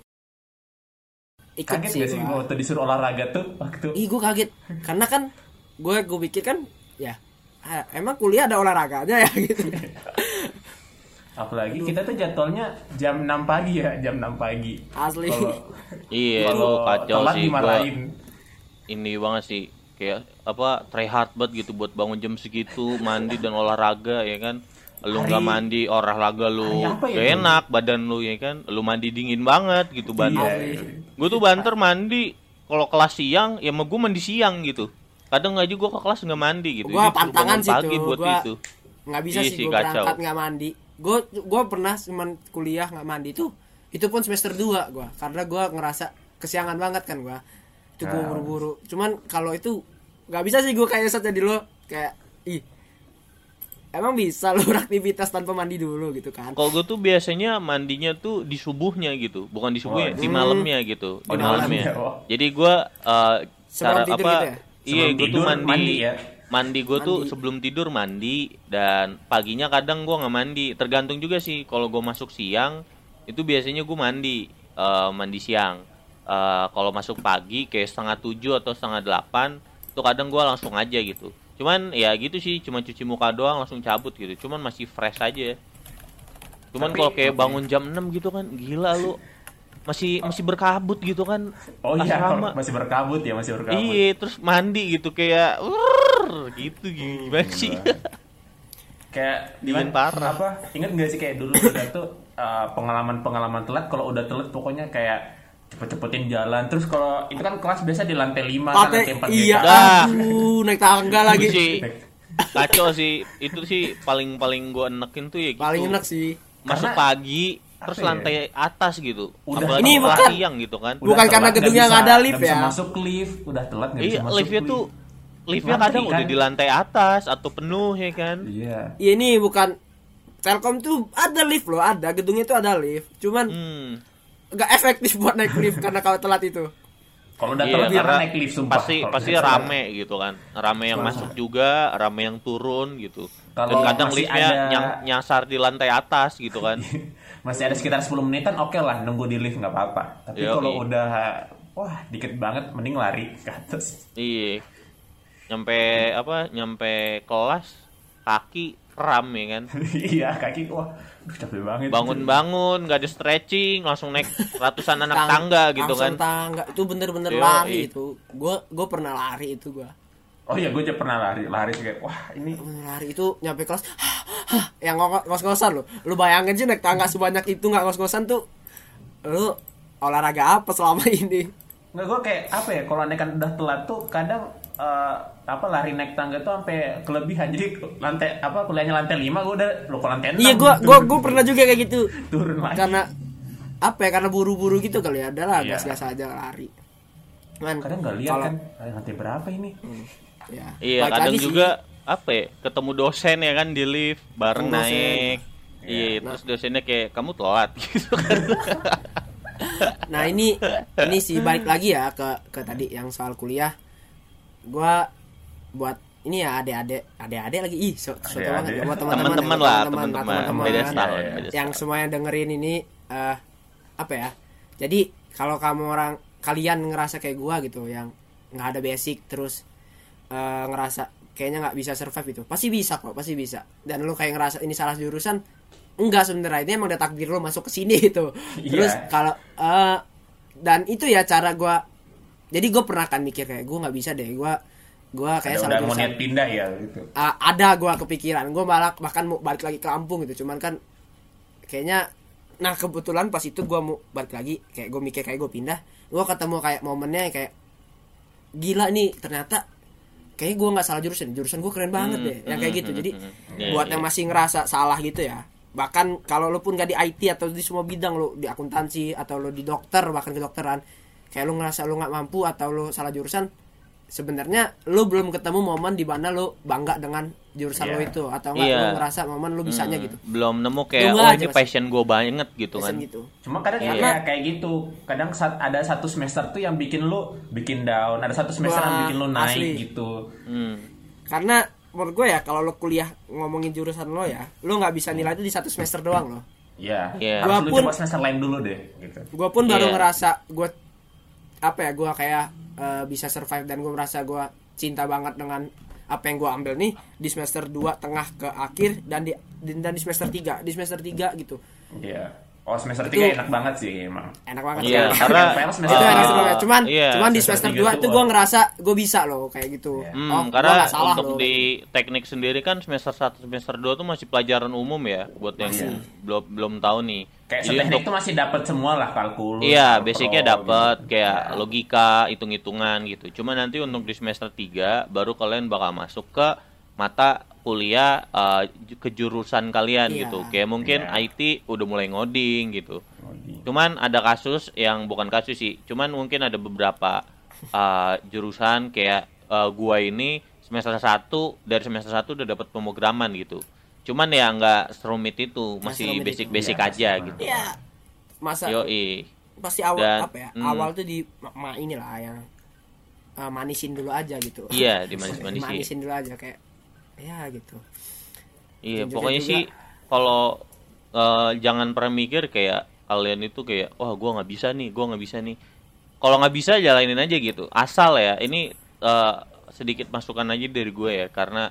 ikut kaget sih gak sih waktu disuruh olahraga tuh waktu. Ih gue kaget karena kan gue gue pikir kan ya emang kuliah ada olahraga aja ya gitu. Apalagi kita tuh jadwalnya jam enam pagi ya, jam enam pagi. Asli. Kalo, iya lo kacau sih gua. Ini banget sih kayak apa try hard banget gitu buat bangun jam segitu, mandi dan olahraga ya kan. Lu nggak mandi olahraga lu gak enak badan lu ya kan. Lu mandi dingin banget gitu banter. Iya. Gue tuh banter mandi kalau kelas siang ya mau gue mandi siang gitu. Kadang aja gue ke kelas nggak mandi gitu. Gue pantangan sih tuh. Buat gua itu. Nggak bisa iya sih gue berangkat nggak mandi. Gue gue pernah cuman kuliah nggak mandi tuh. Itu pun semester dua gue karena gue ngerasa kesiangan banget kan gue. Itu gue buru-buru. Cuman kalau itu nggak bisa sih gue kayak saat jadi lo kayak ih. Emang bisa lo beraktivitas tanpa mandi dulu gitu kan? Kalau gue tuh biasanya mandinya tuh di subuhnya gitu, bukan di subuhnya, oh, di malamnya gitu, oh, di malamnya. Oh. Jadi gue uh, cara apa? Gitu ya? Iya, gue tuh mandi. Mandi, ya? mandi gue tuh sebelum tidur mandi dan paginya kadang gue nggak mandi. Tergantung juga sih. Kalau gue masuk siang itu biasanya gue mandi, uh, mandi siang. Uh, kalau masuk pagi kayak setengah tujuh atau setengah delapan, tuh kadang gue langsung aja gitu. Cuman ya gitu sih, cuma cuci muka doang langsung cabut gitu. Cuman masih fresh aja. Cuman kalau kayak bangun jam enam gitu kan, gila lu. Masih masih berkabut gitu kan. Oh iya, masih berkabut ya, masih berkabut. Iya, terus mandi gitu kayak urr, gitu gimana sih? Kayak gimana parah. Apa? Ingat enggak sih kayak dulu kita tuh uh, pengalaman-pengalaman telat, kalau udah telat pokoknya kayak cepet-cepetin jalan. Terus kalau itu kan kelas biasa di lantai lima kan, lantai empat iya, gitu. Aduh, naik tangga lagi sih. Kacau sih. Itu sih paling-paling gue enekin tuh ya gitu. Paling enak sih. Masuk karena, pagi terus ya? Lantai atas gitu. Udah, ini bukan siang gitu kan. Bukan karena gedungnya nggak ada lift ya. Masuk lift, udah telat nggak bisa iya, masuk. Liftnya tuh liftnya kadang kan? Udah di lantai atas atau penuh ya kan. Iya. Iya ini bukan Telkom tuh ada lift loh, ada gedungnya tuh ada lift. Cuman hmm. gak efektif buat naik lift karena kalau telat itu. Kalau udah telat iya, naik lift sumpah. Pasti pasti rame gitu kan. Rame yang Wah. masuk juga, rame yang turun gitu. Kalo dan kadang liftnya ada... yang nyasar di lantai atas gitu kan. Masih ada sekitar sepuluh menitan oke okay lah nunggu di lift nggak apa-apa. Tapi kalau udah wah dikit banget mending lari ke atas. Iya. Nyampe apa? Nyampe kelas kaki kram ya kan. Iya kaki wah capek banget. Bangun-bangun nggak ada stretching langsung naik ratusan anak Tang, tangga gitu kan. Tangga itu bener-bener Yo, lari iya. itu. Gue gue pernah lari itu gue. Oh iya gue juga pernah lari lari kayak wah ini lari itu nyampe kelas yang ngos-ngosan lo. Lu bayangin sih naik tangga sebanyak itu nggak ngos-ngosan tuh. Lu olahraga apa selama ini? Nggak gue kayak apa ya kalau naik kan udah telat tuh kadang uh, apa lari naik tangga tuh sampai kelebihan. Jadi lantai apa kuliahnya lantai lima gue udah lo ke lantai enam. Iya gue gue gue pernah juga kayak gitu. Turun lagi. Karena apa ya karena buru-buru gitu kali ya. Adalah iya. gas-gas aja lari. Cuman kadang nggak lihat kan lantai berapa ini. Hmm, ya. Iya, Baik kadang juga sih. apa ya, ketemu dosen ya kan di lift bareng Ketemu naik. dosen. Iya, Ya, terus dosennya kayak kamu telat gitu kan. Nah ini ini sih balik lagi ya ke ke tadi yang soal kuliah. Gua buat ini ya adik-adik adik-adik lagi ih so, so banget buat teman-teman teman-teman lah, teman-teman beda setahun, beda yang setahun. semua yang dengerin ini uh, apa ya? Jadi kalau kamu orang kalian ngerasa kayak gua gitu yang nggak ada basic terus uh, ngerasa kayaknya nggak bisa survive itu, pasti bisa kok, pasti bisa. Dan lu kayak ngerasa ini salah jurusan, enggak sebenarnya ini emang udah takdir lu masuk ke sini gitu. Terus yeah. kalau uh, dan itu ya cara gue, jadi gue pernah kan mikir kayak gue nggak bisa deh, gue gue kayak ada salah jurusan. Mau niat pindah ya gitu. Uh, ada gue kepikiran, gue malah bahkan mau balik lagi ke Lampung gitu, cuman kan kayaknya, nah kebetulan pas itu gue mau balik lagi, kayak gue mikir kayak gue pindah, gue ketemu kayak momennya kayak gila nih ternyata kayak gue nggak salah jurusan, jurusan gue keren banget deh, hmm, yang kayak gitu. Jadi hmm, buat yeah, yang masih ngerasa salah gitu ya, bahkan kalau lo pun gak di I T atau di semua bidang, lo di akuntansi atau lo di dokter, bahkan kedokteran, kayak lo ngerasa lo nggak mampu atau lo salah jurusan, sebenarnya lo belum ketemu momen di mana lo bangga dengan jurusan yeah. lo itu, atau nggak yeah. lo ngerasa momen lo bisanya hmm, gitu. Belum nemu kayak oh ini passion gue banget gitu kan. Gitu. Cuma kadang yeah. ya kayak gitu, kadang ada satu semester tuh yang bikin lo bikin down, ada satu semester Wah, yang bikin lo naik asli. Gitu. Hmm. Karena menurut gue ya kalau lo kuliah ngomongin jurusan lo ya, lo nggak bisa nilai itu di satu semester doang lo. Iya. Yeah. Harus Gua lu pun coba semester lain dulu deh. Gitu. Gue pun baru yeah. ngerasa gue apa ya, gue kayak uh, bisa survive dan gue merasa gue cinta banget dengan apa yang gue ambil nih di semester dua tengah ke akhir dan di dan di semester tiga di semester tiga gitu. Iya. Oh semester tiga enak banget sih emang. Enak banget. Iya, sih. karena itu uh, enak banget. Cuman iya, cuman di semester dua tuh gue ngerasa gue bisa loh kayak gitu. Hmm, oh, karena salah untuk loh. di teknik sendiri kan semester satu semester dua tuh masih pelajaran umum ya buat yang masih. belum belum tahu nih. Kayak seteknik itu masih dapat semua lah, kalkulus. Iya, basicnya dapat gitu. kayak ya. logika, hitung-hitungan gitu. Cuma nanti untuk di semester tiga baru kalian bakal masuk ke mata kuliah uh, kejurusan kalian iya. gitu. Kayak mungkin iya. I T udah mulai ngoding gitu. Ngoding. Cuman ada kasus yang bukan kasus sih. Cuman mungkin ada beberapa uh, jurusan kayak uh, gua ini semester satu dari semester satu udah dapat pemrograman gitu. Cuman ya nggak serumit itu, masih basic-basic ya, aja gitu. Iya. Masa Yoi. pasti awal Dan, apa ya? Hmm. Awal tuh di ma inilah yang uh, manisin dulu aja gitu. Iya, dimanis-manisin. Manisin dulu aja kayak ya gitu. Iya, dan pokoknya juga, sih kalau uh, jangan pernah mikir kayak kalian itu kayak wah gue nggak bisa nih, gue nggak bisa nih. Kalau nggak bisa jalanin aja gitu. Asal ya, ini uh, sedikit masukan aja dari gue ya, karena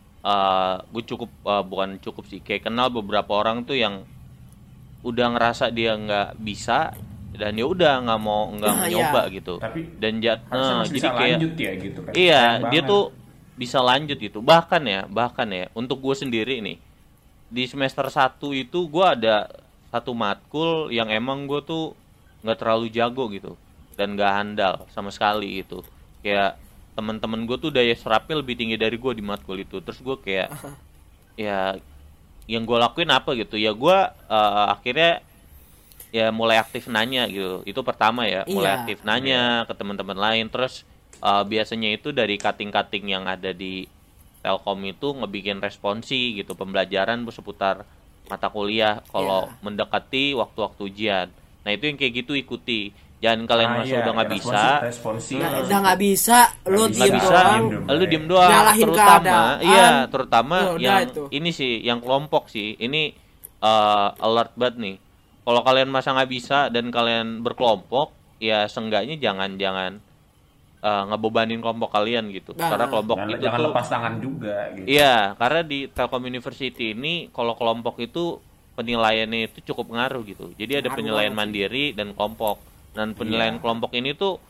Uh, gue cukup uh, bukan cukup sih kayak kenal beberapa orang tuh yang udah ngerasa dia nggak bisa dan ya udah nggak mau nggak nah, nyoba iya. gitu. Tapi dan jat nah, jadi kayak ya, gitu kan. Iya dia tuh bisa lanjut gitu, bahkan ya bahkan ya untuk gue sendiri nih di semester satu itu gue ada satu matkul yang emang gue tuh nggak terlalu jago gitu dan nggak handal sama sekali gitu. Kayak teman-teman gue tuh daya serapnya lebih tinggi dari gue di matkul itu. Terus gue kayak uh-huh. ya yang gue lakuin apa gitu ya, gue uh, akhirnya ya mulai aktif nanya gitu. Itu pertama ya, mulai iya. aktif nanya iya. ke teman-teman lain. Terus uh, biasanya itu dari cutting-cutting yang ada di Telkom itu ngebikin responsi gitu, pembelajaran seputar mata kuliah kalau iya. mendekati waktu-waktu ujian. Nah itu yang kayak gitu ikuti. Jangan kalian ah, masuk iya, udah nggak bisa, responsi, nah, udah nggak bisa, lu diem doang, lu diem doang. Nyalahin terutama, keadaan. iya, terutama oh, yang itu. ini sih, yang kelompok sih, ini uh, alert banget nih. Kalau kalian masa nggak bisa dan kalian berkelompok, ya seenggaknya jangan jangan uh, ngebebanin kelompok kalian gitu. Nah, karena kelompok jangan, itu jangan tuh, lepas tangan juga. Gitu. Iya, karena di Telkom University ini kalau kelompok itu penilaiannya itu cukup ngaruh gitu. Jadi ada penilaian mandiri dan kelompok. Dan penilaian yeah. kelompok ini tuh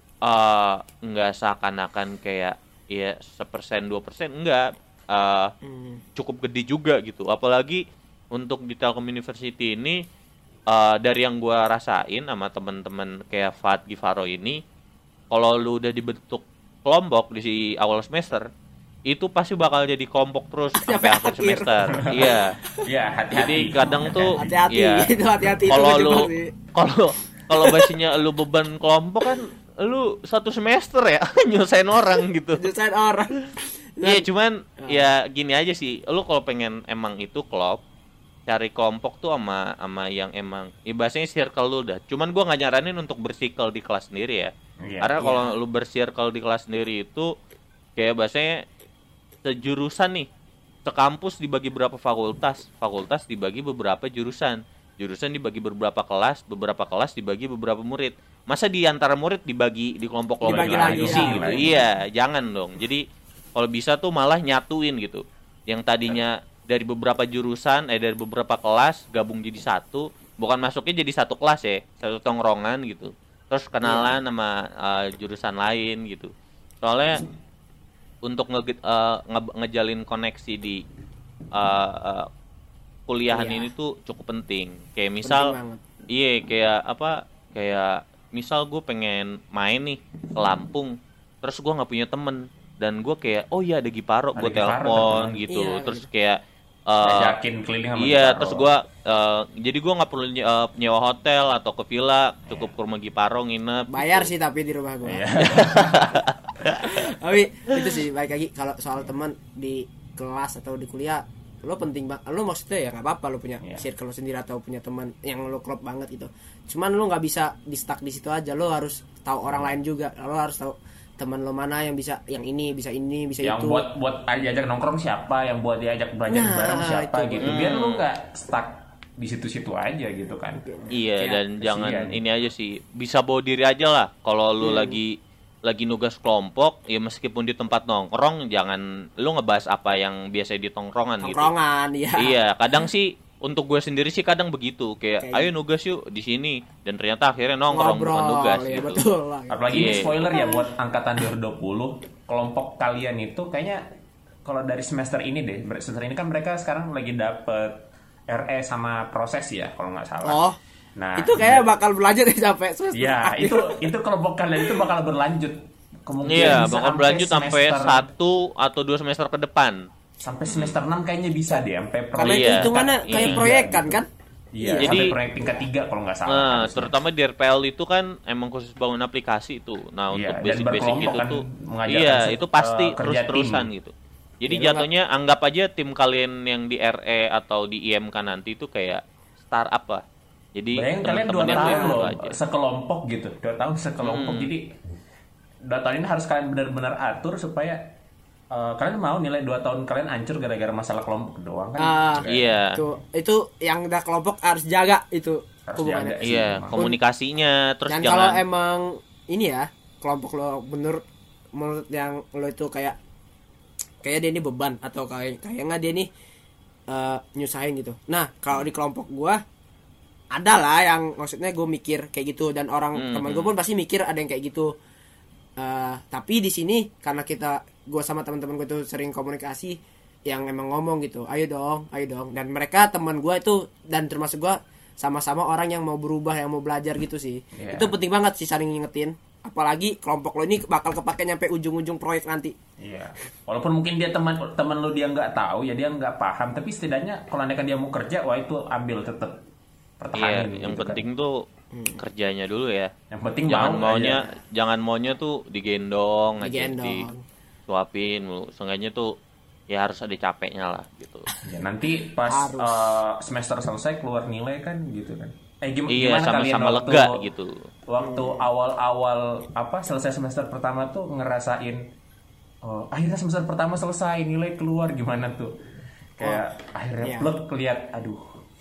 nggak uh, seakan-akan kayak ya sepersen dua persen enggak, uh, mm. cukup gede juga gitu. Apalagi untuk di Telkom University ini uh, dari yang gue rasain sama teman-teman kayak Fat Givaro ini, kalau lu udah dibentuk kelompok di awal semester itu pasti bakal jadi kelompok terus sampai akhir semester. Iya. Iya, hati-hati. Jadi kadang tuh hati-hati ya, itu hati-hati kalau lu kalau kalau basinya lu beban kelompok kan lu satu semester ya nyusahin orang gitu. Nyusahin orang. Iya, cuman uh. ya gini aja sih. Lu kalau pengen emang itu klop, cari kelompok tuh sama sama yang emang ya bahasanya circle lu dah. Cuman gua enggak nyaranin untuk bersirkel di kelas sendiri ya. Yeah. Karena kalau yeah. lu bersirkel di kelas sendiri itu kayak bahasanya sejurusan nih. Sekampus dibagi berapa fakultas, fakultas dibagi beberapa jurusan. Jurusan dibagi beberapa kelas, beberapa kelas dibagi beberapa murid. Masa di antara murid dibagi di kelompok-kelompok lagi sih gitu. Iya, jangan dong. Jadi kalau bisa tuh malah nyatuin gitu. Yang tadinya dari beberapa jurusan, eh dari beberapa kelas gabung jadi satu, bukan masuknya jadi satu kelas ya, satu tongkrongan gitu. Terus kenalan yeah. sama uh, jurusan lain gitu. Soalnya untuk nge, uh, nge, ngejalin koneksi di uh, uh, kuliahan yeah. ini tuh cukup penting. Kayak misal, iya kayak apa? Kayak misal gue pengen main nih ke Lampung, terus gue nggak punya temen. Dan gue kayak, oh iya ada Giparo, gue telepon gitu. Iya, terus kayak uh, yakin keliling sama iya, Giparo. Terus gue uh, jadi gue nggak perlu uh, nyewa hotel atau ke villa, cukup yeah. ke rumah Giparo nginep. Bayar gitu. Sih tapi di rumah gue. Yeah. Tapi itu sih baik lagi kalau soal teman di kelas atau di kuliah, lo penting banget. Lo maksudnya ya nggak apa-apa lo punya yeah. circle lo sendiri atau punya teman yang lo klop banget gitu. Cuman lo nggak bisa di stuck di situ aja. Lo harus tahu orang lain juga. Lo harus tahu teman lo mana yang bisa, yang ini bisa ini bisa yang itu. Yang buat buat diajak nongkrong siapa, yang buat diajak belajar nah, bareng siapa itu. Gitu. Biar lo nggak stuck di situ-situ aja gitu kan. Iya, kayak dan kesian. Jangan ini aja sih, bisa bawa diri aja lah. Kalau lo hmm. lagi lagi nugas kelompok, ya meskipun di tempat nongkrong, jangan lo ngebahas apa yang biasa di tongkrongan, gitu. Tongkrongan, iya. Iya, kadang sih untuk gue sendiri sih kadang begitu, kayak, kayak ayo nugas yuk di sini, dan ternyata akhirnya nongkrong ngobrol, bukan nugas ya, gitu. Betul lah. Apalagi yeah. ini spoiler ya buat angkatan dua ribu dua puluh, kelompok kalian itu kayaknya kalau dari semester ini deh, semester ini kan mereka sekarang lagi dapet R E sama proses ya kalau nggak salah. Oh. Nah, itu kayak bakal berlanjut ya sampai semester. Iya, itu itu kelompok kalian itu bakal berlanjut. Kemungkinan iya, bakal berlanjut sampai satu atau dua semester ke depan. Sampai semester enam kayaknya bisa deh, sampai proyek. Karena itu hitungannya iya. kayak proyekan kan? Iya, iya. Jadi proyek tingkat tiga kalau nggak salah. Nah, kan, terutama di R P L itu kan emang khusus bangun aplikasi itu. Nah, iya, untuk basic-basic itu kan tuh iya, itu pasti uh, terus-terusan tim. Gitu. Jadi ya, jatuhnya enggak... anggap aja tim kalian yang di R E atau di I M K nanti itu kayak startup lah. Jadi bayangin kalian dua tahun loh sekelompok gitu, dua tahun sekelompok. Hmm. Jadi dua tahun ini harus kalian benar-benar atur supaya uh, kalian mau nilai dua tahun kalian hancur gara-gara masalah kelompok doang kan? Uh, iya. Itu itu yang udah kelompok harus jaga itu hubungannya. Iya, komunikasinya terus dan jangan. Kalau emang ini ya kelompok lo bener menurut yang lo itu kayak kayak dia ini beban atau kayak kayak nggak dia nih uh, nyusahin gitu. Nah kalau di kelompok gue ada lah yang maksudnya gue mikir kayak gitu dan orang hmm, teman gue pun pasti mikir ada yang kayak gitu. Uh, tapi di sini karena kita gue sama teman-teman gue tuh sering komunikasi yang emang ngomong gitu, ayo dong, ayo dong. Dan mereka teman gue itu dan termasuk gue sama-sama orang yang mau berubah, yang mau belajar gitu sih. Yeah. Itu penting banget sih saling ngingetin. Apalagi kelompok lo ini bakal kepake nyampe ujung-ujung proyek nanti. Iya. Walaupun mungkin dia teman teman lo dia nggak tahu ya, dia nggak paham. Tapi setidaknya kalau nanti dia mau kerja, wah itu ambil tetap. Iya, yang gitu penting kan. Tuh hmm. kerjanya dulu ya. Yang penting jangan mau maunya, aja. jangan maunya tuh digendong, digendong. aja disuapin, seenggaknya tuh ya harus ada capeknya lah gitu. Ya, nanti pas uh, semester selesai keluar nilai kan gitu kan. Eh gim- iya, gimana sama-sama kalian waktu, lega gitu. Waktu hmm. awal-awal apa selesai semester pertama tuh ngerasain oh, akhirnya semester pertama selesai, nilai keluar gimana tuh? Kayak oh, akhirnya iya. plot keliat, aduh.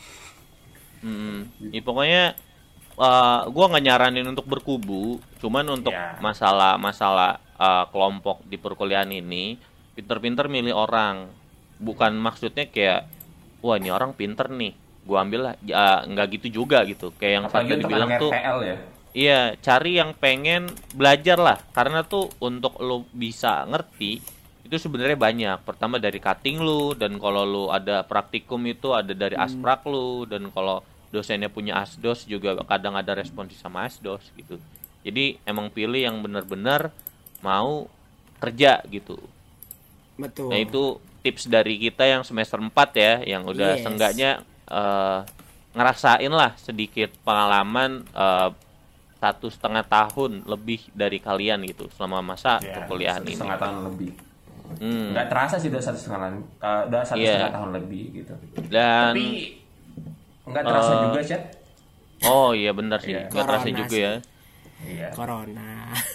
Hmm, ya pokoknya uh, gue nggak nyaranin untuk berkubu, cuman untuk yeah. masalah-masalah uh, kelompok di perkuliahan ini, pinter-pinter milih orang, bukan maksudnya kayak, wah ini orang pinter nih, gue ambil lah, uh, nggak gitu juga gitu, kayak yang Fadli bilang tuh, ya? Iya, cari yang pengen belajar lah, karena tuh untuk lo bisa ngerti itu sebenarnya banyak. Pertama dari cutting lu, dan kalau lu ada praktikum itu ada dari hmm. asprak lu, dan kalau dosennya punya asdos juga kadang ada responsi sama asdos gitu. Jadi emang pilih yang benar-benar mau kerja gitu. Betul. Nah itu tips dari kita yang semester empat ya, yang udah yes. seenggaknya uh, ngerasain lah sedikit pengalaman uh, satu setengah tahun lebih dari kalian gitu selama masa ya, perkuliahan satu ini. setengah tahun lebih. Hmm. Nggak terasa sih udah satu setengah uh, udah satu Yeah. setengah tahun lebih gitu. Dan Tapi nggak terasa uh, juga Chat. Oh iya benar sih, Iya. nggak terasa Corona juga sih. ya. Iya. Corona.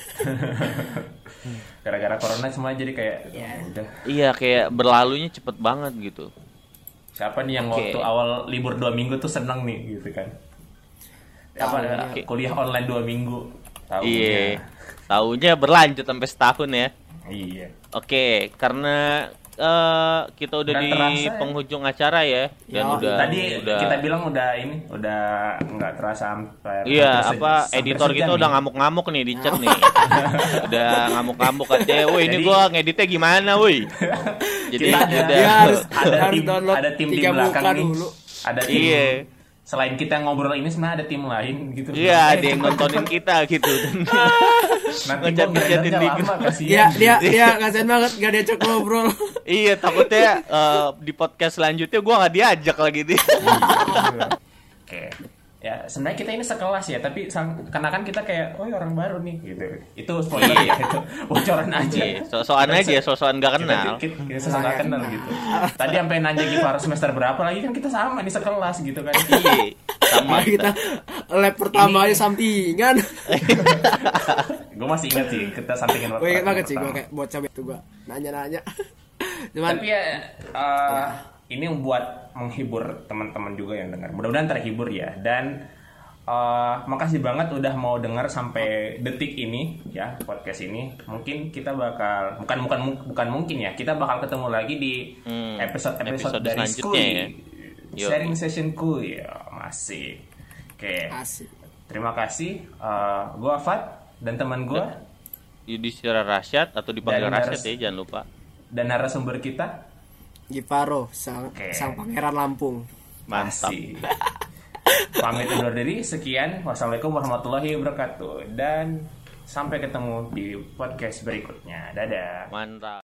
Gara-gara corona semua jadi kayak Ya. oh, udah. Iya kayak berlalunya cepet banget gitu. Siapa nih yang Oke. waktu awal libur dua minggu tuh seneng nih gitu kan? Apa Tahu, ada kuliah online dua minggu? Tahu Iya. Taunya berlanjut sampai setahun ya. Iya. Oke, karena eh, kita udah Nggak di terasa ya. penghujung acara ya, dan Ya, udah Tadi udah kita bilang udah ini udah nggak terasa sampai iya hampir se- apa hampir editor sejam kita udah nih. ngamuk-ngamuk nih di chat nih. Udah ngamuk-ngamuk katanya, "Woi, ini Jadi- gua ngeditnya gimana, woi?" Jadi Kita ada- udah Dia harus ada harus tim download ada tim di tiga belakang muka nih. dulu. Ada tim. Iya. Selain kita ngobrol ini sebenarnya ada tim lain gitu. Iya, ada yang nontonin kita gitu. Nanti gua Ngechat-ngechatin ngerendernya di lama Dia kasihan. dia dia kasihan banget gak diajak ngobrol. Iya, takutnya eh, di podcast selanjutnya gua nggak diajak lagi nih. Oke. Ya, sebenarnya kita ini sekelas ya, tapi sang, karena kan kita kayak, oh orang baru nih gitu. Itu spoiler ya, itu bocoran aja. Iya, so-soan aja, so-soan gak kenal. Kita, kita, kita nggak kenal gitu. Tadi sampai nanya Givaro semester berapa lagi kan kita sama nih sekelas gitu kan. Iya, sama Nah, kita lab pertama aja sampingan. Gue masih ingat sih kita sampingin waktu. Gue inget banget sih gue pertama. kayak bocah itu gue nanya-nanya. Cuman Tapi ya uh, ini buat menghibur teman-teman juga yang dengar. Mudah-mudahan terhibur ya. Dan uh, makasih banget udah mau dengar sampai detik ini ya podcast ini. Mungkin kita bakal bukan bukan bukan mungkin ya. Kita bakal ketemu lagi di Hmm, episode-episode episode dari selanjutnya School. ya. Yo. Sharing session cool ya masih. Oke. asik. Terima kasih. Uh, gue Afat dan teman gue Yudhistira Rasyad atau dipanggil Dan Rasyad harus- ya, jangan lupa. dan narasumber kita. Givaro sang, Oke. sang pangeran Lampung. Mantap. Masih. Pamit undur diri. Sekian. Wassalamualaikum warahmatullahi wabarakatuh. Dan sampai ketemu di podcast berikutnya. Dadah. Mantap.